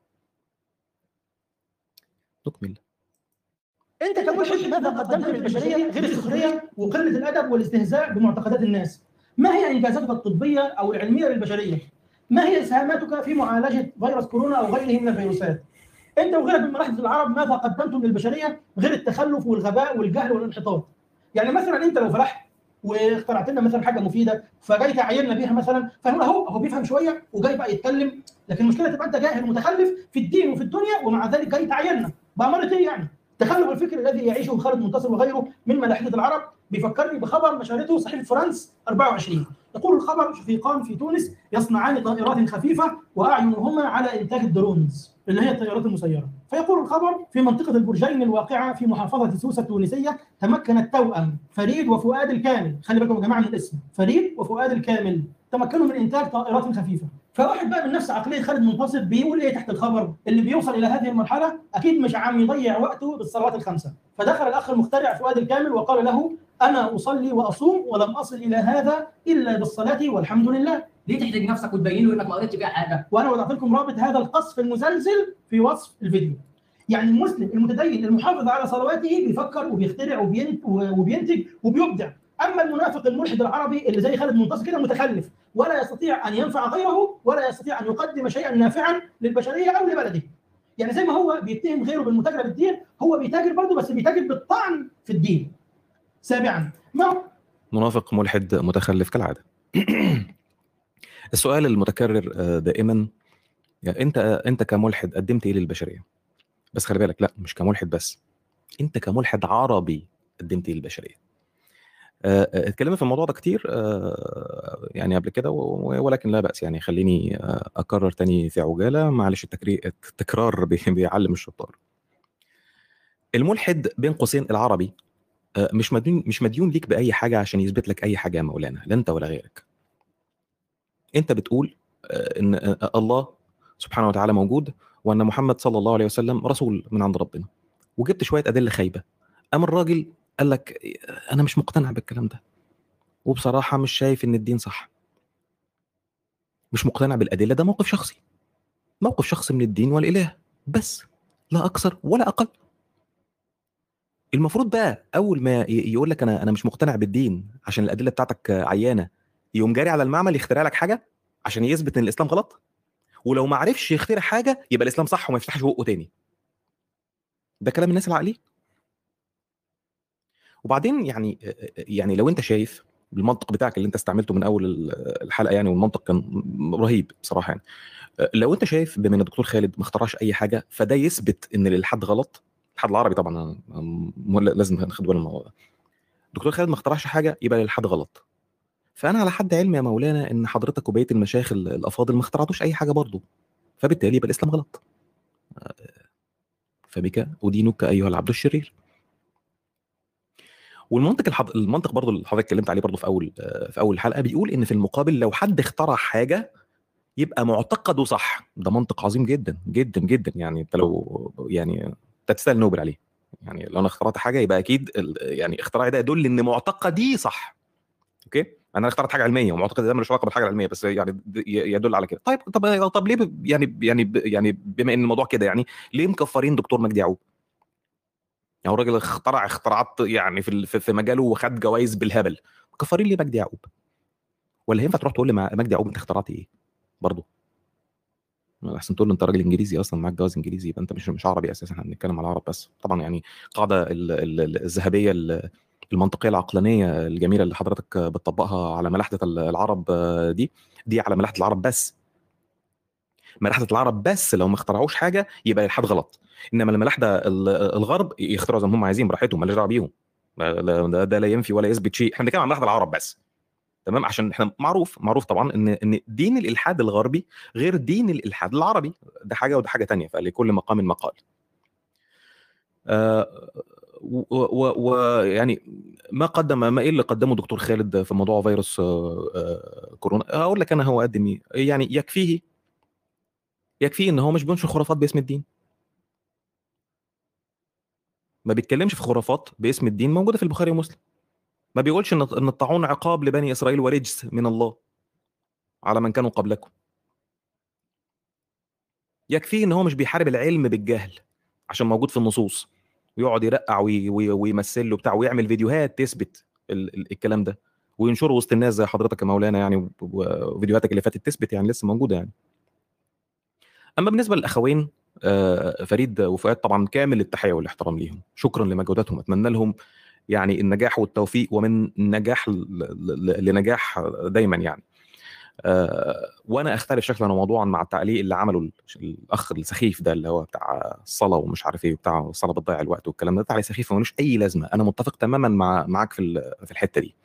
[SPEAKER 1] نكمل.
[SPEAKER 2] انت كملحد ماذا قدمت للبشريه غير السخريه وقله الادب والاستهزاء بمعتقدات الناس؟ ما هي انجازاتك الطبيه او العلميه للبشريه؟ ما هي اسهاماتك في معالجه فيروس كورونا او غيره من الفيروسات؟ انت وغيرك من ملاحده العرب ماذا قدمتم للبشريه غير التخلف والغباء والجهل والانحطاط؟ يعني مثلا انت لو فلحت واخترعت لنا مثلا حاجه مفيده فجاي تعايرنا بيها مثلا، فنقول اهو اهو بيفهم شويه وجاي بقى يتكلم، لكن المشكله تبقى انت جاهل متخلف في الدين وفي الدنيا ومع ذلك جاي تعايرنا بأمارة ايه يعني؟ تخلف الفكر الذي يعيشه خالد منتصر وغيره من ملاحده العرب بيفكرني بخبر نشرته صحيفه فرانس أربعة وعشرين. يقول الخبر: شقيقان في تونس يصنعان طائرات خفيفه واعينهما على انتاج الدرونز اللي هي الطائرات المسيره. فيقول الخبر: في منطقه البرجين الواقعه في محافظه سوسه التونسيه تمكن التوأم فريد وفؤاد الكامل، خلي بالكم يا جماعه من الاسم، فريد وفؤاد الكامل تمكنوا من انتاج طائرات خفيفه. فواحد بقى من نفس عقليه خالد منتصر بيقول ايه تحت الخبر؟ اللي بيوصل الى هذه المرحله اكيد مش عم يضيع وقته بالصلوات الخمسه. فدخل الاخ المخترع فؤاد الكامل وقال له: انا اصلي واصوم ولم اصل الى هذا الا بالصلاه والحمد لله.
[SPEAKER 4] ليه تحرج نفسك وتبين له انك ما قريتش فيها حاجه؟
[SPEAKER 2] وانا وضعت لكم رابط هذا القصف المزلزل في وصف الفيديو. يعني المسلم المتدين المحافظ على صلواته بيفكر وبيخترع وبينتج وبيبدع، اما المنافق الملحد العربي اللي زي خالد منتصر كده متخلف ولا يستطيع ان ينفع غيره ولا يستطيع ان يقدم شيئا نافعا للبشريه او لبلده. يعني زي ما هو بيتهم غيره بالمتاجره بالدين، هو بيتاجر برضه بس بيتاجر بالطعن في الدين. سابعا، ما
[SPEAKER 1] منافق ملحد متخلف كالعاده. السؤال المتكرر آه، دائما، يعني انت انت كملحد قدمت ايه للبشريه؟ بس خلي بالك، لا مش كملحد بس، انت كملحد عربي قدمت ايه للبشريه؟ آه، آه، اتكلمنا في الموضوع ده كتير آه، يعني قبل كده، و- ولكن لا بأس يعني خليني آه، اكرر تاني في عجاله، معلش التكري- التكرار بي- بيعلم الشطار. الملحد بين قوسين العربي آه، مش مديون مش مديون ليك باي حاجه عشان يثبت لك اي حاجه يا مولانا، لا انت ولا غيرك. انت بتقول آه، ان آه، الله سبحانه وتعالى موجود، وان محمد صلى الله عليه وسلم رسول من عند ربنا، وجبت شويه ادله خايبه. قام الراجل قال لك آه، انا مش مقتنع بالكلام ده، وبصراحه مش شايف ان الدين صح، مش مقتنع بالادله، ده موقف شخصي، موقف شخصي من الدين والاله بس، لا اكثر ولا اقل. المفروض بقى اول ما يقول لك انا انا مش مقتنع بالدين عشان الادله بتاعتك عيانه، يقوم جاري على المعمل يخترع لك حاجه عشان يثبت ان الاسلام غلط، ولو ما عرفش يخترع حاجه يبقى الاسلام صح وما يفتحش بقه تاني. ده كلام الناس العاقلين. وبعدين يعني يعني لو انت شايف بالمنطق بتاعك اللي انت استعملته من اول الحلقه يعني، والمنطق كان رهيب بصراحه يعني، لو انت شايف بما ان الدكتور خالد ما اخترعش اي حاجه فده يثبت ان الالحاد غلط، الالحاد العربي طبعا لازم ناخد بالنا من الموضوع ده، الدكتور خالد ما اخترعش حاجه يبقى الالحاد غلط. فانا على حد علمي يا مولانا ان حضرتك وبقيه المشايخ الافاضل ما اخترعتوش اي حاجه برضه، فبالتالي يبقى الاسلام غلط. فبك ادينك ايها العبد الشرير. والمنطق الحض... المنطق برضه اللي حضرتك اتكلمت عليه برضه في اول في اول حلقه بيقول ان في المقابل لو حد اخترع حاجه يبقى معتقده صح. ده منطق عظيم جدا جدا جدا يعني، انت لو يعني انت تستاهل نوبل عليه. يعني لو انا اخترعت حاجه يبقى اكيد ال... يعني اختراعي ده يدل ان معتقدي صح. اوكي، انا اخترعت حاجه علميه ومعتقد ده ملوش علاقه بالحاجه العلميه، بس يعني يدل على كده. طيب طب طب ليه ب... يعني ب... يعني ب... يعني بما ان الموضوع كده يعني، ليه مكفرين دكتور مجدي يعقوب؟ يعني الراجل اخترع اختراعات يعني في في مجاله وخد جوائز بالهبل، مكفرين ليه مجدي يعقوب؟ ولا ينفع تروح تقول لي مجدي يعقوب انت اخترعت ايه؟ برضه احسن تقول له انت راجل انجليزي اصلا معاك جواز انجليزي، يبقى انت مش مش عربي اساسا، احنا بنتكلم على العرب بس. طبعا يعني القاعده الذهبيه المنطقيه العقلانيه الجميله اللي حضرتك بتطبقها على ملاحده العرب دي دي على ملاحده العرب بس. ملاحده العرب بس لو ما اخترعوش حاجه يبقى الحاد غلط، انما الملاحده الغرب يخترعوا زي ما هم عايزين براحتهم، مالناش دعوه بيهم. ده, ده لا ينفي ولا يثبت شيء، احنا بنتكلم عن ملاحده العرب بس. تمام، عشان احنا معروف معروف طبعا ان ان دين الالحاد الغربي غير دين الالحاد العربي، ده حاجه وده حاجه ثانيه، فلكل مقام مقال. آه ويعني ما قدم ما ايه اللي قدمه دكتور خالد في موضوع فيروس آه آه كورونا، اقول لك انا هو قدم ايه. يعني يكفيه يكفيه ان هو مش بينشر خرافات باسم الدين، ما بيتكلمش في خرافات باسم الدين موجوده في البخاري ومسلم، ما بيقولش ان ان الطاعون عقاب لبني اسرائيل ورجس من الله على من كانوا قبلكم. يكفيه ان هو مش بيحارب العلم بالجهل عشان موجود في النصوص، ويقعد يرقع وي وي ويمثل له بتاع ويعمل فيديوهات تثبت ال ال الكلام ده وينشره وسط الناس زي حضرتك يا مولانا يعني، وفيديوهاتك اللي فاتت تثبت يعني لسه موجوده يعني. اما بالنسبه للاخوين آه فريد وفؤاد، طبعا كامل التحيه والاحترام ليهم، شكرا لمجهوداتهم، اتمنى لهم يعني النجاح والتوفيق ومن نجاح لنجاح دايما يعني. أه وانا اختلف شكلا وموضوعا مع التعليق اللي عمله الاخ السخيف ده اللي هو بتاع الصلاه ومش عارف ايه وبتاع الصلاه بتضيع الوقت والكلام ده، تعليق سخيف وملوش اي لازمه. انا متفق تماما مع معاك في في الحته دي،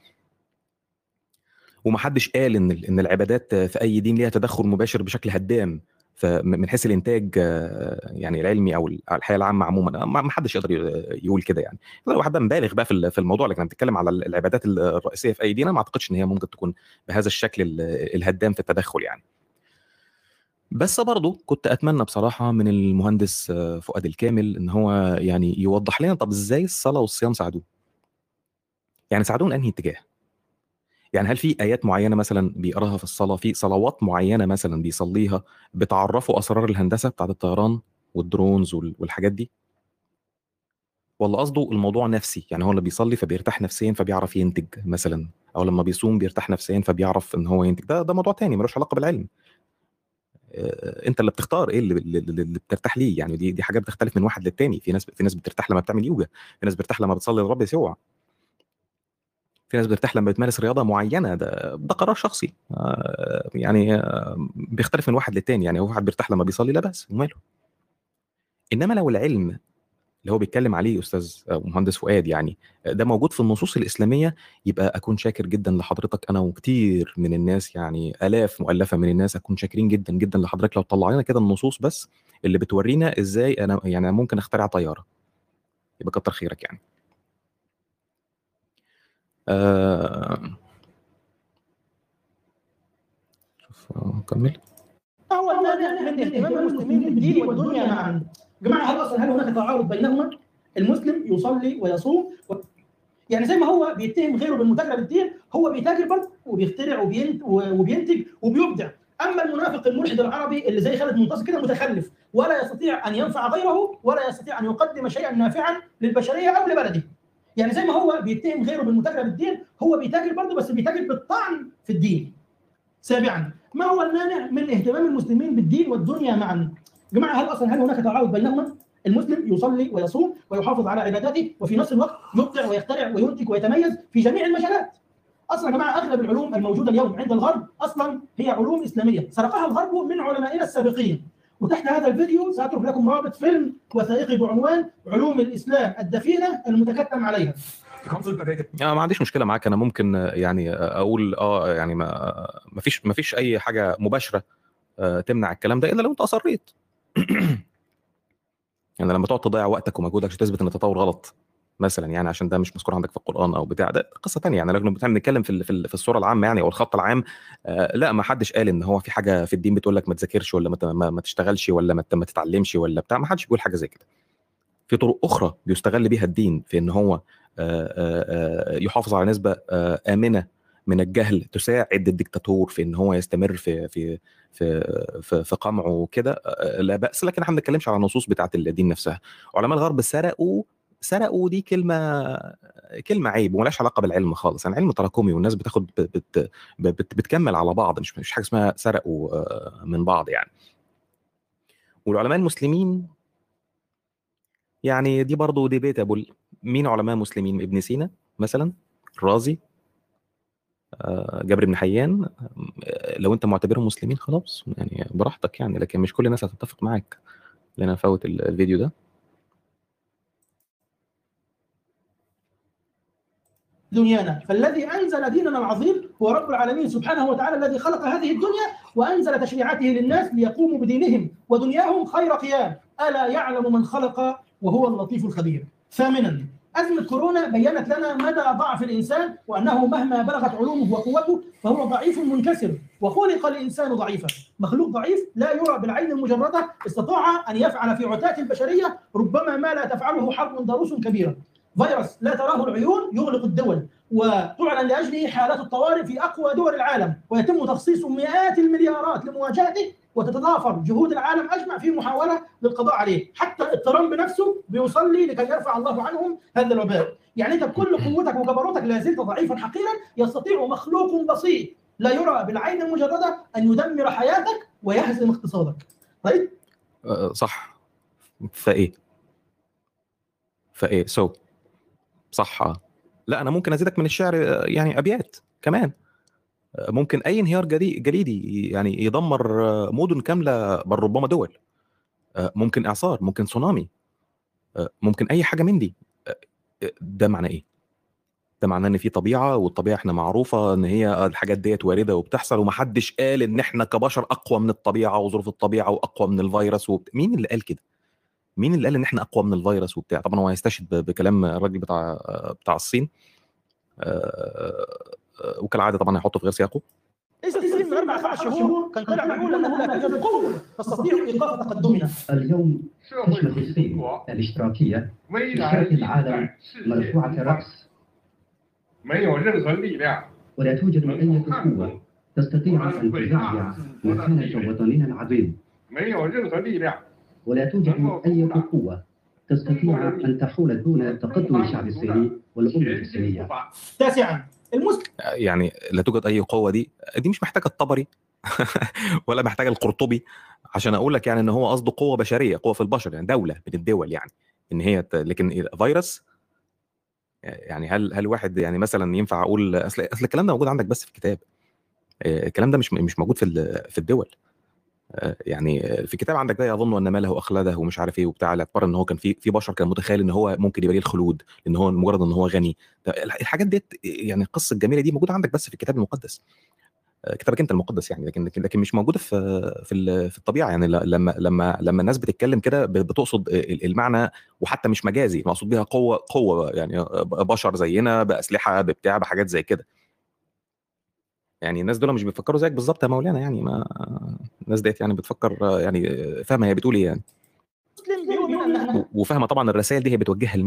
[SPEAKER 1] ومحدش قال ان ان العبادات في اي دين ليها تدخل مباشر بشكل هدام من حيث الانتاج يعني العلمي او الحياه العامه عموما، ما حدش يقدر يقول كده يعني. لو واحد مبالغ بقى في في الموضوع، لكن بنتكلم على العبادات الرئيسيه في اي دين، ما اعتقدش ان هي ممكن تكون بهذا الشكل الهدام في التدخل يعني. بس برضه كنت اتمنى بصراحه من المهندس فؤاد الكامل ان هو يعني يوضح لنا طب ازاي الصلاه والصيام ساعدوه؟ يعني ساعدوه من انهي اتجاه؟ يعني هل في ايات معينه مثلا بيقراها في الصلاه، في صلوات معينه مثلا بيصليها بتعرفوا اسرار الهندسه بتاعت الطيران والدرونز والحاجات دي؟ ولا قصده الموضوع نفسي، يعني هو اللي بيصلي فبيرتاح نفسيا فبيعرف ينتج مثلا، او لما بيصوم بيرتاح نفسيا فبيعرف ان هو ينتج؟ ده ده موضوع تاني ملوش علاقه بالعلم. انت اللي بتختار ايه اللي, اللي بترتاح ليه يعني، دي دي حاجه بتختلف من واحد للتاني. في ناس في ناس بترتاح لما بتعمل يوجا، في ناس بترتاح لما بتصلي للرب يسوع، في ناس بترتاح لما بتمارس رياضه معينه، ده ده قرار شخصي يعني بيختلف من واحد للتاني يعني. هو واحد بيرتاح لما بيصلي لا بأس وماله. انما لو العلم اللي هو بيتكلم عليه استاذ مهندس فؤاد يعني ده موجود في النصوص الاسلاميه، يبقى اكون شاكر جدا لحضرتك، انا وكتير من الناس يعني الاف مؤلفه من الناس اكون شاكرين جدا جدا لحضرتك لو طلع لنا كده النصوص بس اللي بتورينا ازاي انا يعني ممكن اخترع طياره، يبقى كتر خيرك يعني. آه... شوف كمل.
[SPEAKER 2] هو المانع من اهتمام المسلمين بالدين والدنيا معا. جماعه هل اصلا هل هناك تعارض بينهما؟ المسلم يصلي ويصوم و... يعني زي ما هو بيتهم غيره بالمتاجره بالدين، هو بيتاجر برضه وبيخترع وبينتج وبيبدع. اما المنافق الملحد العربي اللي زي خالد منتصر كده متخلف، ولا يستطيع ان ينفع غيره، ولا يستطيع ان يقدم شيئا نافعا للبشريه او لبلده. يعني زي ما هو بيتهم غيره بالمتاجره بالدين، هو بيتاجر برضه بس بيتاجر بالطعن في الدين. سابعا، ما هو المانع من اهتمام المسلمين بالدين والدنيا معا؟ جماعه، هل اصلا هل هناك تعارض بينهما؟ المسلم يصلي ويصوم ويحافظ على عباداته، وفي نفس الوقت يبدع ويخترع وينتج ويتميز في جميع المجالات. اصلا يا جماعه اغلب العلوم الموجوده اليوم عند الغرب اصلا هي علوم اسلاميه سرقها الغرب من علمائنا السابقين. وتحت هذا الفيديو ساترك لكم رابط فيلم وثائقي بعنوان علوم الاسلام الدفينه المتكتم عليها.
[SPEAKER 1] أنا ما عنديش مشكله معاك، انا ممكن يعني اقول اه يعني ما ما فيش ما فيش اي حاجه مباشره تمنع الكلام ده الا لو انت اصريت. يعني لما تقعد تضيع وقتك ومجهودك عشان تثبت ان التطور غلط مثلا، يعني عشان ده مش مذكور عندك في القران او بتاع، ده قصه ثانيه. يعني لو بنتكلم في في الصوره العامه يعني او الخط العام، آه لا، ما حدش قال ان هو في حاجه في الدين بتقول لك ما تذاكرش ولا ما, ما, ما تشتغلش ولا ما, ما تتعلمش ولا بتاع، ما حدش بيقول حاجه زي كده. في طرق اخرى بيستغل بيها الدين في ان هو آه آه يحافظ على نسبه آه امنه من الجهل، تساعد الدكتاتور في ان هو يستمر في في في في, في قمعه وكده، لا باس. لكن احنا ما بنتكلمش على النصوص بتاعه الدين نفسها. علماء الغرب سرقوا سرقوا دي كلمه كلمه عيب ومالهاش علاقه بالعلم خالص. يعني علم تراكمي والناس بتاخد بت بت بتكمل على بعض، مش مش حاجه اسمها سرقوا من بعض يعني. والعلماء المسلمين يعني دي برضه ديبيتابل. مين علماء مسلمين؟ ابن سينا مثلا، الرازي، جابر بن حيان. لو انت معتبرهم مسلمين خلاص يعني براحتك يعني، لكن مش كل الناس هتتفق معاك. لان افوت الفيديو ده.
[SPEAKER 2] دنيانا، فالذي انزل ديننا العظيم هو رب العالمين سبحانه وتعالى، الذي خلق هذه الدنيا وانزل تشريعاته للناس ليقوموا بدينهم ودنياهم خير قيام. الا يعلم من خلق وهو اللطيف الخبير. ثامنا، أزمة كورونا بيّنت لنا مدى ضعف الإنسان، وأنه مهما بلغت علومه وقوته فهو ضعيف منكسر، وخلق الإنسان ضعيفا. مخلوق ضعيف لا يرى بالعين المجردة استطاع أن يفعل في عتاة البشرية ربما ما لا تفعله حرب ضروس كبيرة. فيروس لا تراه العيون يغلق الدول، وتعلن لأجله حالات الطوارئ في أقوى دول العالم، ويتم تخصيص مئات المليارات لمواجهته، وتتضافر جهود العالم أجمع في محاولة للقضاء عليه. حتى ترامب نفسه بيصلي لكي يرفع الله عنهم هذا الوباء. يعني أنت بكل قوتك وجبروتك لا زلت ضعيفا حقيرا. يستطيع مخلوق بسيط لا يرى بالعين المجردة أن يدمر حياتك ويهزم اقتصادك. طيب
[SPEAKER 1] أه صح. فإيه فإيه سو صح. لا أنا ممكن أزيدك من الشعر يعني أبيات كمان. ممكن أي انهيار جليدي يعني يدمر مدن كاملة بل ربما دول. ممكن إعصار، ممكن تسونامي، ممكن أي حاجة من دي. ده معناه إيه؟ ده معناه إن في طبيعة، والطبيعة إحنا معروفة إن هي الحاجات ديت واردة وبتحصل، ومحدش قال إن إحنا كبشر أقوى من الطبيعة وظروف الطبيعة وأقوى من الفيروس وبت... مين اللي قال كده؟ مين اللي قال إن إحنا أقوى من الفيروس وبتاع؟ طبعا هو هيستشهد بكلام الراجل بتاع بتاع الصين، وكالعادة طبعا هيحطه في غير سياقه.
[SPEAKER 2] الصين من أربع خمس شهور كان طلع معقول أنه لا توجد قوة تستطيع إيقاف تقدمنا.
[SPEAKER 5] اليوم تشمل الصين الاشتراكية بشرة العالم مرفوعة رأس، ولا توجد أي قوة تستطيع أن تزعزع مكانة وطننا العظيم، ولا توجد أي قوة تستطيع أن تحول دون تقدم الشعب الصيني والأمة الصينية.
[SPEAKER 2] تاسعا، المسلم
[SPEAKER 1] يعني لا توجد اي قوه، دي دي مش محتاجه الطبري ولا محتاجه القرطبي عشان اقول لك يعني ان هو قصده قوه بشريه، قوه في البشر، يعني دوله من الدول يعني ان هي ت... لكن فيروس يعني هل هل واحد يعني مثلا ينفع اقول اصل اصل الكلام ده موجود عندك بس في الكتاب. الكلام ده مش مش موجود في في الدول. يعني في الكتاب عندك ده يظن ان ماله اخلده ومش عارف ايه وبتاع، الاعتبار ان هو كان في في بشر كان متخيل ان هو ممكن يبقى ليه الخلود لان هو مجرد ان هو غني. الحاجات دي يعني القصه الجميله دي موجوده عندك بس في الكتاب المقدس، كتابك انت المقدس يعني، لكن لكن مش موجوده في في في الطبيعه. يعني لما لما لما الناس بتتكلم كده بتقصد المعنى، وحتى مش مجازي، مقصود بيها قوه قوه يعني بشر زينا باسلحه ببتاع بحاجات زي كده. يعني الناس دول مش بيفكروا زيك بالظبط يا مولانا، يعني ما الناس ديت يعني بتفكر يعني فاهمه هي بتقول ايه يعني، وفاهمه طبعا الرسائل دي هي بتوجهها لمين.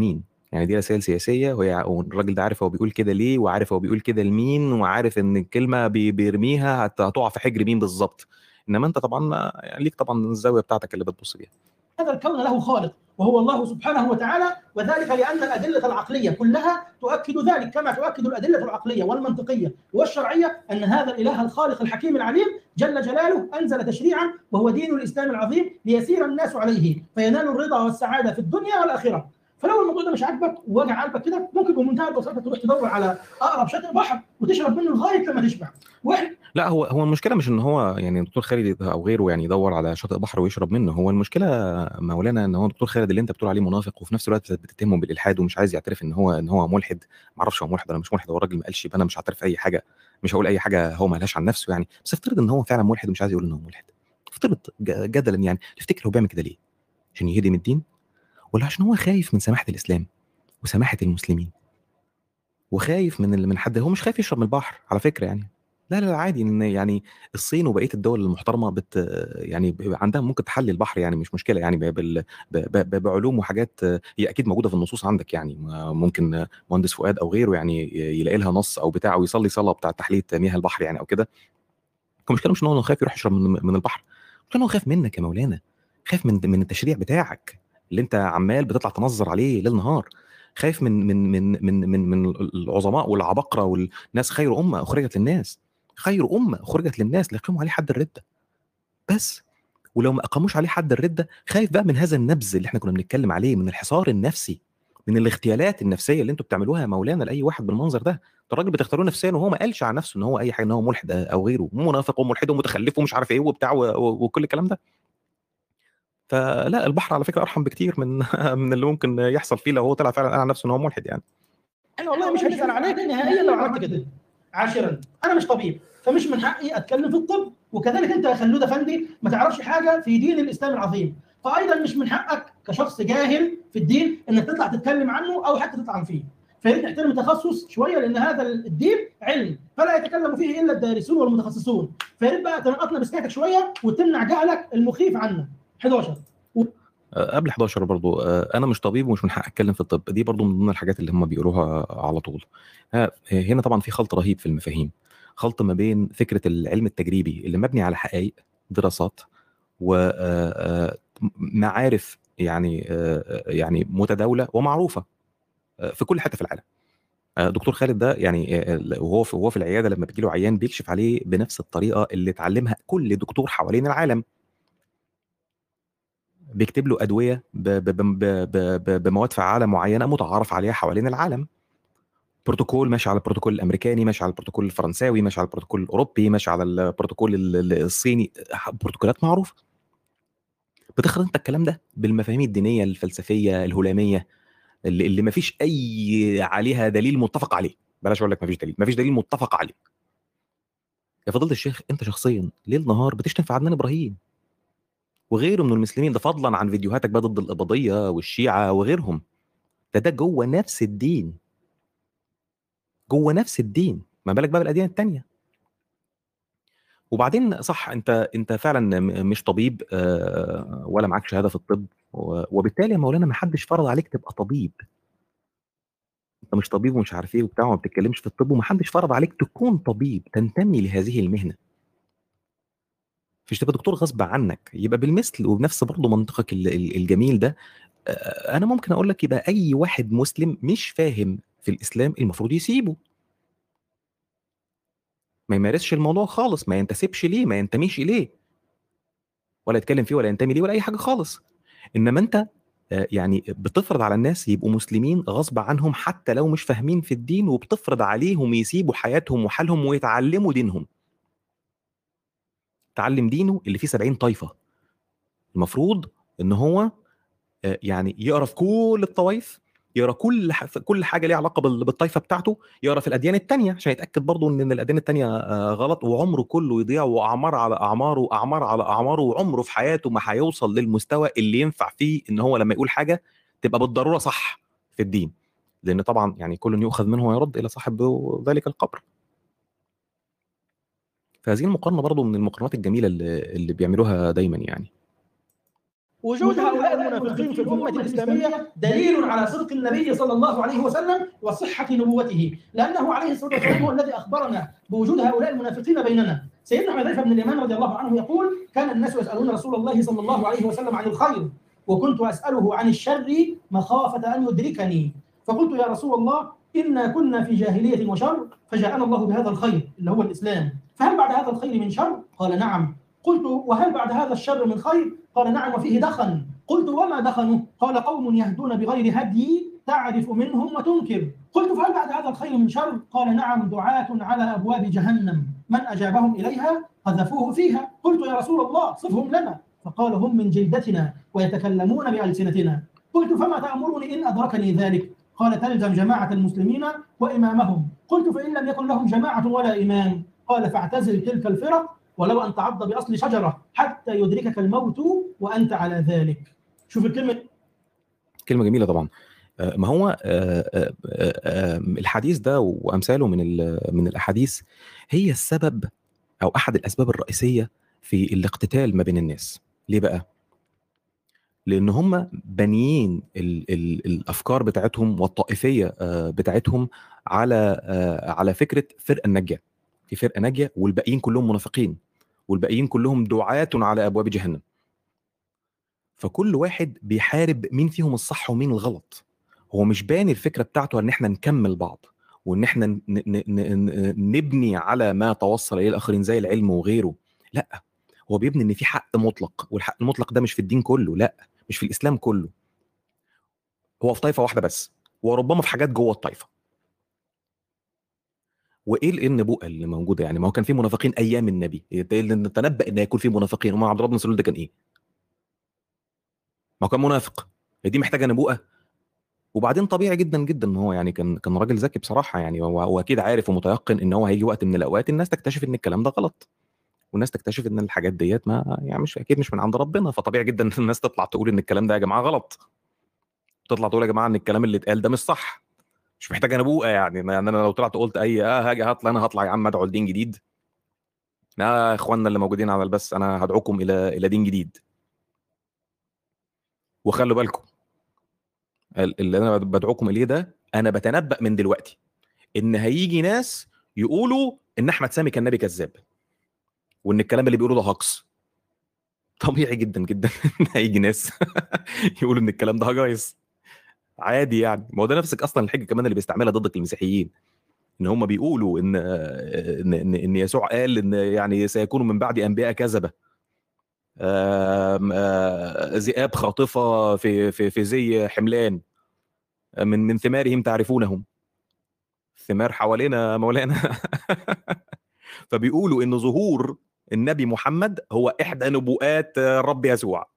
[SPEAKER 1] يعني دي رسائل سياسيه، وهي والراجل ده عارف هو بيقول كده ليه، وعارف هو بيقول كده لمين، وعارف ان الكلمه بي- بيرميها هت- هتقع في حجر مين بالظبط. انما انت طبعا يعني ليك طبعا الزاويه بتاعتك اللي بتبص بيها.
[SPEAKER 2] هذا الكون له خالق وهو الله سبحانه وتعالى، وذلك لأن الأدلة العقلية كلها تؤكد ذلك، كما تؤكد الأدلة العقلية والمنطقية والشرعية أن هذا الإله الخالق الحكيم العليم جل جلاله أنزل تشريعا وهو دين الإسلام العظيم ليسير الناس عليه فينالوا الرضا والسعادة في الدنيا والآخرة. فلو الموضوع ده مش عاجبك وواجع قلبك كده، ممكن بمنتهى البساطة تروح تدور على أقرب شاطئ بحر وتشرب منه لغاية لما تشبع. واحنا
[SPEAKER 1] لا، هو هو المشكله مش ان هو يعني الدكتور خالد او غيره يعني يدور على شاطئ بحر ويشرب منه. هو المشكله مولانا ان هو الدكتور خالد اللي انت بتقول عليه منافق، وفي نفس الوقت بتتهمه بالالحاد ومش عايز يعترف ان هو ان هو ملحد. ما اعرفش هو ملحد ولا مش ملحد، هو الراجل ما قالش، يبقى انا مش هعترف اي حاجه، مش هقول اي حاجه هو ما قالهاش عن نفسه يعني. بس افترض ان هو فعلا ملحد ومش عايز يقول ان هو ملحد. افترض ج- جدلا يعني، تفتكر هو بيعمل كده ليه؟ عشان يهدم الدين، ولا عشان هو خايف من سماحه الاسلام وسماحه المسلمين، وخايف من ال- من حد؟ هو مش خايف يشرب من البحر على فكره يعني. لا لا لا، عادي ان يعني الصين وبقيه الدول المحترمه بت يعني بيبقى عندها ممكن تحلي البحر يعني، مش مشكله يعني، بال ب- ب- ب- بعلوم وحاجات هي اكيد موجوده في النصوص عندك يعني. ما- ممكن مهندس فؤاد او غيره يعني يلاقي لها نص او بتاع، او يصلي صلاه بتاع تحليه مياه البحر يعني او كده. المشكله مش ان هو خايف يروح يشرب من من البحر، المشكله ان هو خايف منك يا مولانا، خايف من من التشريع بتاعك اللي انت عمال بتطلع تنظر عليه ليل نهار. خايف من من من من من من العظماء والعباقره والناس، خير امه اخرجت للناس، خير امه اخرجت للناس ليقيموا عليه حد الرده بس. ولو ما اقاموش عليه حد الرده، خايف بقى من هذا النبذ اللي احنا كنا بنتكلم عليه، من الحصار النفسي، من الاغتيالات النفسيه اللي انتوا بتعملوها يا مولانا لاي واحد بالمنظر ده. انتوا الراجل بتختاروه نفسيا، وهو ما قالش عن نفسه ان هو اي حاجه، ان هو ملحد او غيره، منافق وملحد ومتخلف ومش عارف ايه وبتاع و- و- وكل الكلام ده. فلا، البحر على فكره ارحم بكتير من من اللي ممكن يحصل فيه لو هو طلع فعلا قال عن نفسه ان هو ملحد يعني.
[SPEAKER 2] احنا والله مش هنسال عليك نهائيا لو عملت كده. عاشرا، انا مش طبيب فمش من حقي اتكلم في الطب، وكذلك انت يا خلود افندي ما تعرفش حاجه في دين الاسلام العظيم، فايضا مش من حقك كشخص جاهل في الدين انك تطلع تتكلم عنه او حتى تطعن فيه. فياريت نحترم التخصص شويه، لان هذا الدين علم فلا يتكلم فيه الا الدارسون والمتخصصون. فياريت بقى تنقطنا بسكاتك شويه وتمنع جهلك المخيف عنا. حداشر.
[SPEAKER 1] أه، قبل حداشر برضو، أه، انا مش طبيب ومش من حق اتكلم في الطب، دي برضو من ضمن الحاجات اللي هم بيقولوها على طول. ها- هنا طبعا في خلط رهيب في المفاهيم، خلط ما بين فكره العلم التجريبي اللي مبني على حقائق، دراسات، ومعارف يعني آه، يعني متداوله ومعروفه آه، في كل حته في العالم. آه، دكتور خالد ده يعني آه، وهو في وهو في العياده لما بيجي له عيان بيكشف عليه بنفس الطريقه اللي اتعلمها كل دكتور حوالين العالم. بيكتب له ادويه ب- ب- ب- ب- ب- بمواد فعاله معينه متعارف عليها حوالين العالم. بروتوكول ماشي على البروتوكول الامريكاني، ماشي على البروتوكول الفرنساوي، ماشي على البروتوكول الاوروبي، ماشي على البروتوكول ال- ال- الصيني. بروتوكولات معروفه. بتخلط انت الكلام ده بالمفاهيم الدينيه الفلسفيه الهلاميه اللي, اللي ما فيش اي عليها دليل متفق عليه. بلاش اقول لك ما فيش دليل، ما فيش دليل متفق عليه. يا فضيله الشيخ، انت شخصيا ليل نهار بتشتم في عدنان ابراهيم وغيره من المسلمين، ده فضلا عن فيديوهاتك بقى ضد القبضيه والشيعه وغيرهم. ده ده جوه نفس الدين، جوه نفس الدين، ما بالك بقى بالاديان التانيه. وبعدين صح، انت انت فعلا م- مش طبيب آه، ولا معاك شهاده في الطب، و- وبالتالي يا مولانا ما حدش فرض عليك تبقى طبيب. انت مش طبيب ومش عارف ايه وبتاع وما بتتكلمش في الطب، وما حدش فرض عليك تكون طبيب تنتمي لهذه المهنه. مش تبقى دكتور غصب عنك، يبقى بالمثل وبنفس برضه منطقك ال- ال- الجميل ده. آه، انا ممكن اقول لك يبقى اي واحد مسلم مش فاهم في الاسلام المفروض يسيبه، ما يمارسش الموضوع خالص، ما ينتسبش ليه، ما ينتميش اليه، ولا يتكلم فيه ولا ينتمي ليه ولا اي حاجه خالص. انما انت آه، يعني بتفرض على الناس يبقوا مسلمين غصب عنهم حتى لو مش فاهمين في الدين، وبتفرض عليهم يسيبوا حياتهم وحالهم ويتعلموا دينهم. تعلم دينه اللي فيه سبعين طائفه، المفروض ان هو آه، يعني يقرا في كل الطوائف، يقرا كل ح- كل حاجه ليها علاقه بال- بالطائفه بتاعته، يقرا في الاديان التانيه عشان يتاكد برضه ان الاديان التانيه آه، غلط، وعمره كله يضيع، واعمار على اعماره واعمار على اعماره، وعمره في حياته ما هيوصل للمستوى اللي ينفع فيه ان هو لما يقول حاجه تبقى بالضروره صح في الدين. لان طبعا يعني كل يؤخذ منه ويرد الى صاحب ذلك القبر. فهذه المقارنه برضه من المقارنات الجميله اللي, اللي بيعملوها دايما يعني.
[SPEAKER 2] وجود هؤلاء المنافقين في الأمة الإسلامية دليل على صدق النبي صلى الله عليه وسلم وصحة نبوته، لأنه عليه الصلاة والسلام هو الذي أخبرنا بوجود هؤلاء المنافقين بيننا. سيدنا حذيفة بن اليمان رضي الله عنه يقول: كان الناس يسألون رسول الله صلى الله عليه وسلم عن الخير، وكنت أسأله عن الشر مخافة أن يدركني، فقلت: يا رسول الله، إنا كنا في جاهلية وشر، فجاءنا الله بهذا الخير اللي هو الإسلام، فهل بعد هذا الخير من شر؟ قال: نعم. قلت: وهل بعد هذا الشر من خير؟ قال: نعم، وفيه دخن. قلت: وما دخنه؟ قال: قوم يهدون بغير هدي تعرف منهم وتنكر. قلت: فهل بعد هذا الخير من شر؟ قال: نعم، دعاة على أبواب جهنم، من أجابهم إليها قذفوه فيها. قلت: يا رسول الله، صفهم لنا. فقال: هم من جلدتنا ويتكلمون بألسنتنا. قلت: فما تأمرني إن أدركني ذلك؟ قال: تلزم جماعة المسلمين وإمامهم. قلت: فإن لم يكن لهم جماعة ولا إمام؟ قال: فاعتزل تلك الفرق ولو أن تعض بأصل شجرة حتى يدركك الموت وأنت على ذلك. شوف الكلمة،
[SPEAKER 1] كلمة جميلة طبعا. ما هو الحديث ده وأمثاله من من الأحاديث هي السبب أو أحد الأسباب الرئيسية في الاقتتال ما بين الناس. ليه بقى؟ لأن هم بانيين ال ال الأفكار بتاعتهم والطائفية بتاعتهم على على فكرة فرقة ناجية. في فرقة ناجية والباقيين كلهم منافقين، والباقيين كلهم دعاة على أبواب جهنم. فكل واحد بيحارب مين فيهم الصح ومين الغلط. هو مش باني الفكرة بتاعته ان احنا نكمل بعض وان احنا نبني على ما توصل اليه الاخرين زي العلم وغيره. لا، هو بيبني ان في حق مطلق، والحق المطلق ده مش في الدين كله، لا مش في الاسلام كله، هو في طائفة واحدة بس، وربما في حاجات جوه الطائفة. وايه النبوءه اللي موجوده يعني؟ ما هو كان في منافقين ايام النبي، نتنبأ ان يكون في منافقين. وما عبد الله بن سلول ده كان ايه؟ ما هو كان منافق، دي محتاجه نبوءه. وبعدين طبيعي جدا جدا ان هو يعني كان كان راجل ذكي بصراحه يعني، واكيد عارف ومتيقن ان هو هيجي وقت من الاوقات الناس تكتشف ان الكلام ده غلط، والناس تكتشف ان الحاجات ديت ما يعني مش اكيد مش من عند ربنا. فطبيعي جدا ان الناس تطلع تقول ان الكلام ده يا جماعه غلط، تطلع تقول يا جماعه ان الكلام اللي اتقال ده مش صح. مش محتاجه نبوءه يعني. يعني انا لو طلعت قلت اي اه هاجي هطلع انا هطلع يا عم ادعو لدين جديد. يا اخواننا اللي موجودين على البث، انا هدعوكم الى الى دين جديد. وخلوا بالكم اللي انا بدعوكم اليه ده انا بتنبأ من دلوقتي ان هيجي ناس يقولوا ان احمد سامي كان نبي كذاب، وان الكلام اللي بيقوله ده هجص. طبيعي جدا جدا ان هيجي ناس يقولوا ان الكلام ده هجايز عادي يعني. ما هو ده نفسك اصلا الحجه كمان اللي بيستعملها ضدك المسيحيين، ان هم بيقولوا ان ان ان يسوع قال ان يعني سيكون من بعد انبياء كذبه، ذئاب خاطفه في في في زي حملان، من من ثمارهم تعرفونهم. ثمار حوالينا مولانا. فبيقولوا ان ظهور النبي محمد هو احدى نبوءات الرب يسوع.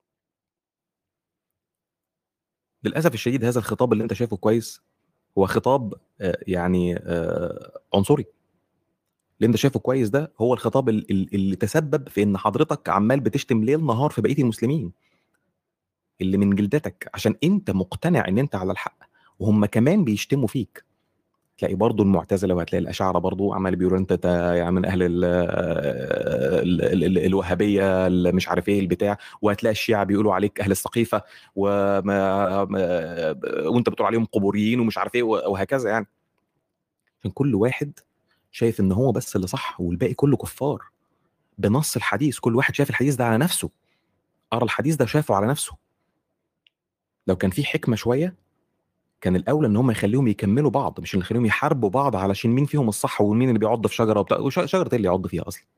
[SPEAKER 1] للاسف الشديد هذا الخطاب اللي انت شايفه كويس هو خطاب يعني عنصري. اللي انت شايفه كويس ده هو الخطاب اللي تسبب في ان حضرتك عمال بتشتم ليل نهار في بقيه المسلمين اللي من جلدتك، عشان انت مقتنع ان انت على الحق وهم كمان بيشتموا فيك. تلاقي برضو المعتزله وهتلاقي الاشاعره برضو عمال بيقولوا انت يعني من اهل ال ال ال ال الوهابيه مش عارف ايه البتاع، وهتلاقي الشيعه بيقولوا عليك اهل السقيفه وما وانت بتقول عليهم قبوريين ومش عارف ايه وهكذا يعني. عشان كل واحد شايف ان هو بس اللي صح والباقي كله كفار بنص الحديث. كل واحد شايف الحديث ده على نفسه، قرا الحديث ده شافه على نفسه. لو كان في حكمه شويه كان الاولى ان هم يخليهم يكملوا بعض، مش اللي يخليهم يحاربوا بعض علشان مين فيهم الصح ومين اللي بيعض في شجره وبتاع. وشجره اللي يعض فيها اصلا؟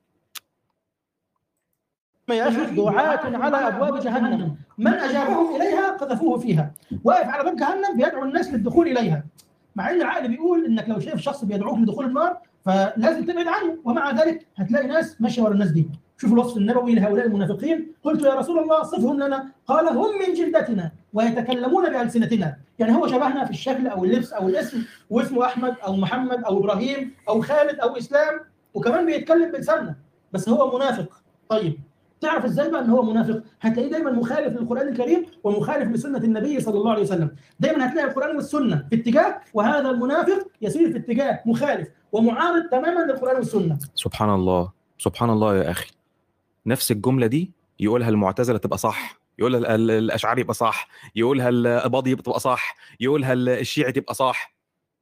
[SPEAKER 2] ما يشهد دعاة على ابواب جهنم من اجابهم اليها قذفوه فيها. واقف على باب جهنم بيدعو الناس للدخول اليها، مع ان العقل بيقول انك لو شايف شخص بيدعوك لدخول النار فلازم تبعد عنه، ومع ذلك هتلاقي ناس ماشيه ورا الناس دي. شوفوا الوصف النبوي لهؤلاء المنافقين: قلت يا رسول الله صفهم لنا، قال: هم من جلدتنا ويتكلمون بألسنتنا. يعني هو شبهنا في الشكل او اللبس او الاسم، واسمه احمد او محمد او ابراهيم او خالد او اسلام، وكمان بيتكلم بلساننا، بس هو منافق. طيب تعرف ازاي بقى ان هو منافق؟ هتلاقيه دايما مخالف للقران الكريم ومخالف لسنه النبي صلى الله عليه وسلم. دايما هتلاقي القران والسنه في اتجاه، وهذا المنافق يسير في اتجاه مخالف ومعارض تماما للقران والسنه.
[SPEAKER 1] سبحان الله سبحان الله يا اخي. نفس الجمله دي يقولها المعتزله تبقى صح، يقولها ال- ال- الاشعري يبقى صح، يقولها الاباضي تبقى صح، يقولها ال- الشيعي تبقى صح.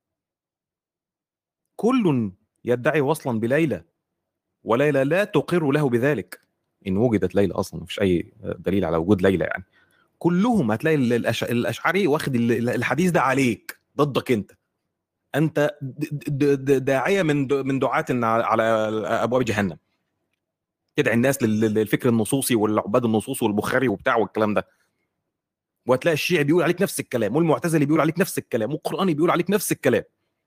[SPEAKER 1] كل يدعي وصلا بليلى، وليلى لا تقر له بذلك. ان وجدت ليلى اصلا، مفيش اي دليل على وجود ليلى يعني. كلهم هتلاقي ال- الأش... الاشعري واخد ال- الحديث ده عليك ضدك انت. انت د- د- د- داعيه من د- من دعاة على ابواب جهنم، تدعي الناس لل- للفكر النصوصي والعباد النصوص والبخاري وبتاع والكلام ده. وهتلاقي الشيعي بيقول عليك نفس الكلام، والمعتزلي بيقول عليك نفس الكلام، والقرآني بيقول عليك نفس الكلام.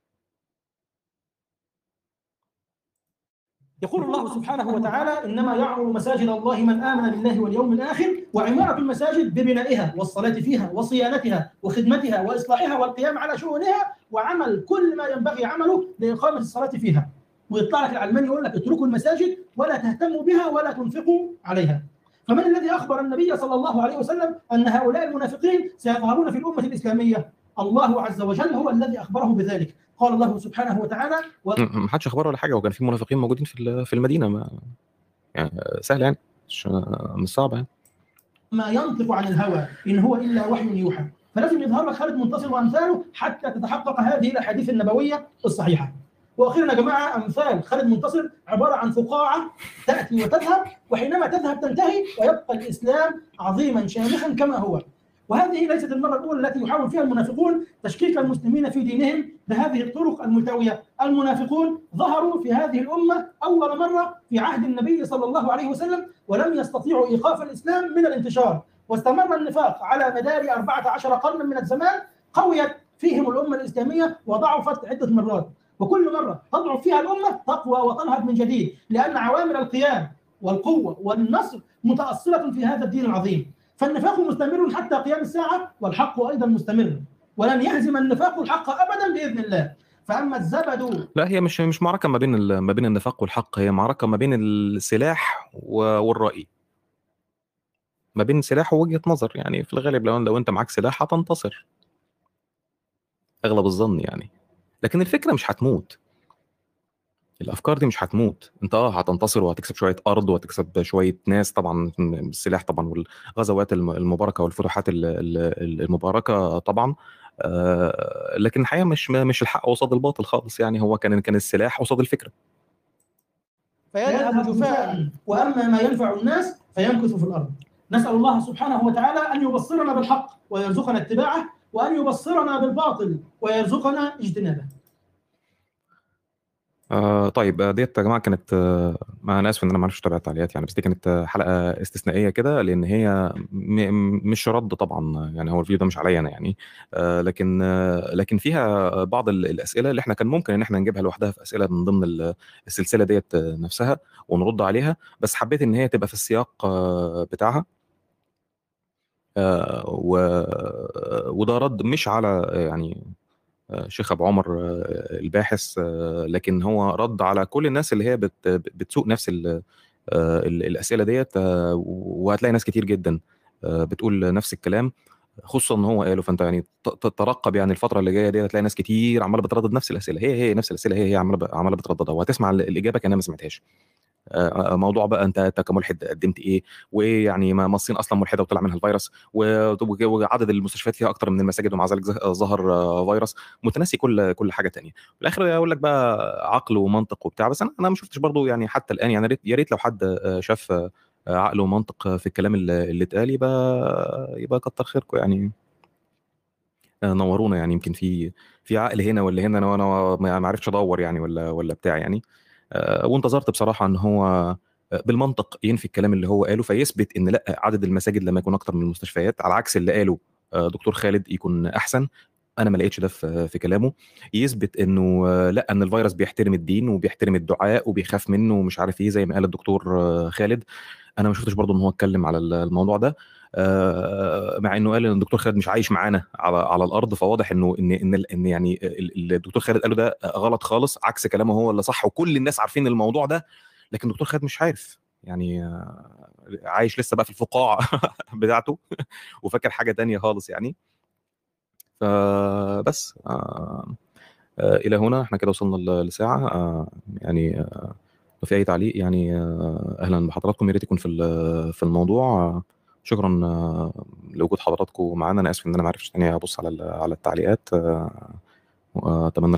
[SPEAKER 2] يقول الله سبحانه وتعالى: إنما يعمر مساجد الله من آمن بالله واليوم الآخر. وعمارة المساجد ببنائها والصلاة فيها وصيانتها وخدمتها وإصلاحها والقيام على شؤونها وعمل كل ما ينبغي عمله لإقامة الصلاة فيها. ويطلع لك العلماني يقول لك: اتركوا المساجد ولا تهتموا بها ولا تنفقوا عليها. فمن الذي أخبر النبي صلى الله عليه وسلم أن هؤلاء المنافقين سيظهرون في الأمة الإسلامية؟ الله عز وجل هو الذي أخبره بذلك. قال الله سبحانه وتعالى:
[SPEAKER 1] ما حدش اخبره ولا حاجه، وكان في منافقين موجودين في ال- في المدينه. ما يعني سهل يعني، مش مش صعب يعني.
[SPEAKER 2] ما ينطق عن الهوى إن هو إلا وحي يوحى. فلازم يظهر لك خالد منتصر وأمثاله حتى تتحقق هذه الأحاديث النبوية الصحيحة. وأخيرا يا جماعة، أمثال خالد منتصر عبارة عن فقاعة تأتي وتذهب، وحينما تذهب تنتهي، ويبقى الإسلام عظيما شامخا كما هو. وهذه ليست المرة الأولى التي يحاول فيها المنافقون تشكيك المسلمين في دينهم بهذه الطرق الملتوية. المنافقون ظهروا في هذه الأمة أول مرة في عهد النبي صلى الله عليه وسلم، ولم يستطيعوا إيقاف الإسلام من الانتشار، واستمر النفاق على مدار أربعة عشر قرنا من الزمان. قويت فيهم الأمة الإسلامية وضعفت عدة مرات، وكل مرة تضعف فيها الأمة تقوى وتنهض من جديد، لأن عوامل القيام والقوة والنصر متأصلة في هذا الدين العظيم. فالنفاق مستمر حتى قيام الساعة، والحق أيضا مستمر، ولن يهزم النفاق الحق أبدا بإذن الله. فأما الزبد،
[SPEAKER 1] لا، هي مش مش معركه ما بين ال- ما بين النفاق والحق، هي معركه ما بين السلاح و- والرأي، ما بين سلاح ووجهة نظر. يعني في الغالب لو لو انت معاك سلاح هتنتصر، اغلب الظن يعني. لكن الفكره مش هتموت، الافكار دي مش هتموت. انت اه هتنتصر وهتكسب شويه ارض وهتكسب شويه ناس طبعا بالسلاح طبعا، والغزوات الم- المباركه والفتوحات ال- ال- المباركه طبعا. آه لكن الحقيقه مش مش الحق قصاد الباطل خالص يعني، هو كان كان السلاح قصاد الفكره.
[SPEAKER 2] فيذهب جفاء، وأما ما ينفع الناس فيمكث في الأرض. نسأل الله سبحانه وتعالى أن يبصرنا بالحق ويرزقنا اتباعه، وأن يبصرنا بالباطل ويرزقنا اجتنابه.
[SPEAKER 1] آه طيب، آه، ديت يا جماعه كانت، آه ما انا اسف ان انا ما عرفتش اتابع التعليقات يعني، بس دي كانت آه، حلقه استثنائيه كده، لان هي م م- مش رد طبعا يعني، هو الفيديو ده مش عليا انا يعني. آه لكن آه لكن فيها بعض ال- الاسئله اللي احنا كان ممكن ان احنا نجيبها لوحدها في اسئله من ضمن ال- السلسله ديت آه، نفسها ونرد عليها، بس حبيت ان هي تبقى في السياق آه بتاعها. آه و وده رد مش على آه، يعني آه، شيخ ابو عمر آه، الباحث، آه، لكن هو رد على كل الناس اللي هي بت- بتسوق نفس ال- آه، ال- الاسئله ديت. آه، وهتلاقي ناس كتير جدا آه، بتقول نفس الكلام، خصوصا ان هو قاله. فانت يعني ت- ت- ترقب يعني الفتره اللي جايه دي هتلاقي ناس كتير عماله بتردد نفس الاسئله، هي هي نفس الاسئله، هي هي عماله ب- عماله بترددها، وهتسمع ال- الاجابه كانها ما سمعتهاش. آه، موضوع بقى انت انت كملحد قدمت ايه، وايه يعني ما ما الصين اصلا ملحده وطلع منها الفيروس، و- وعدد المستشفيات فيها اكتر من المساجد ومع ذلك ظه- ظهر آه، فيروس، متناسي كل كل حاجه تانية. في الاخر يقول لك بقى عقل ومنطق وبتاع، بس انا انا ما شفتش برضو يعني حتى الان يعني. يا ريت يا ريت لو حد آه، شاف آه، عقل ومنطق في الكلام اللي اللي اتقال، يبقى يبقى كتر خيركم يعني. آه، نورونا يعني، يمكن في في عقل هنا ولا هنا، انا وانا ما ما عرفتش ادور يعني ولا ولا بتاع يعني. آه، وانتظرت بصراحه ان هو آه، بالمنطق ينفي الكلام اللي هو قاله، فيثبت ان لا، عدد المساجد لما يكون اكتر من المستشفيات، على عكس اللي قاله آه، دكتور خالد، يكون احسن. انا ما لقيتش ده في في كلامه. يثبت انه آه، لا، ان الفيروس بيحترم الدين وبيحترم الدعاء وبيخاف منه ومش عارف ايه زي ما قال الدكتور آه، خالد. انا ما شفتش برضه ان هو اتكلم على الموضوع ده. آه، مع انه قال ان الدكتور خالد مش عايش معانا على على الارض، فواضح انه ان ان ان يعني ال- ال- الدكتور خالد قاله ده غلط خالص، عكس كلامه هو اللي صح، وكل الناس عارفين الموضوع ده. لكن الدكتور خالد مش عارف يعني، آه، عايش لسه بقى في الفقاعه بتاعته وفاكر حاجه تانية خالص يعني. فبس آه آه الى هنا احنا كده وصلنا ل- لساعه آه يعني. آه لو في اي تعليق يعني، آه اهلا بحضراتكم، يا ريت يكون في ال- في الموضوع. آه شكرا آه، لوجود حضراتكم معانا. انا اسف ان انا ما عرفتش تاني ابص على ال- على التعليقات. آه، واتمنى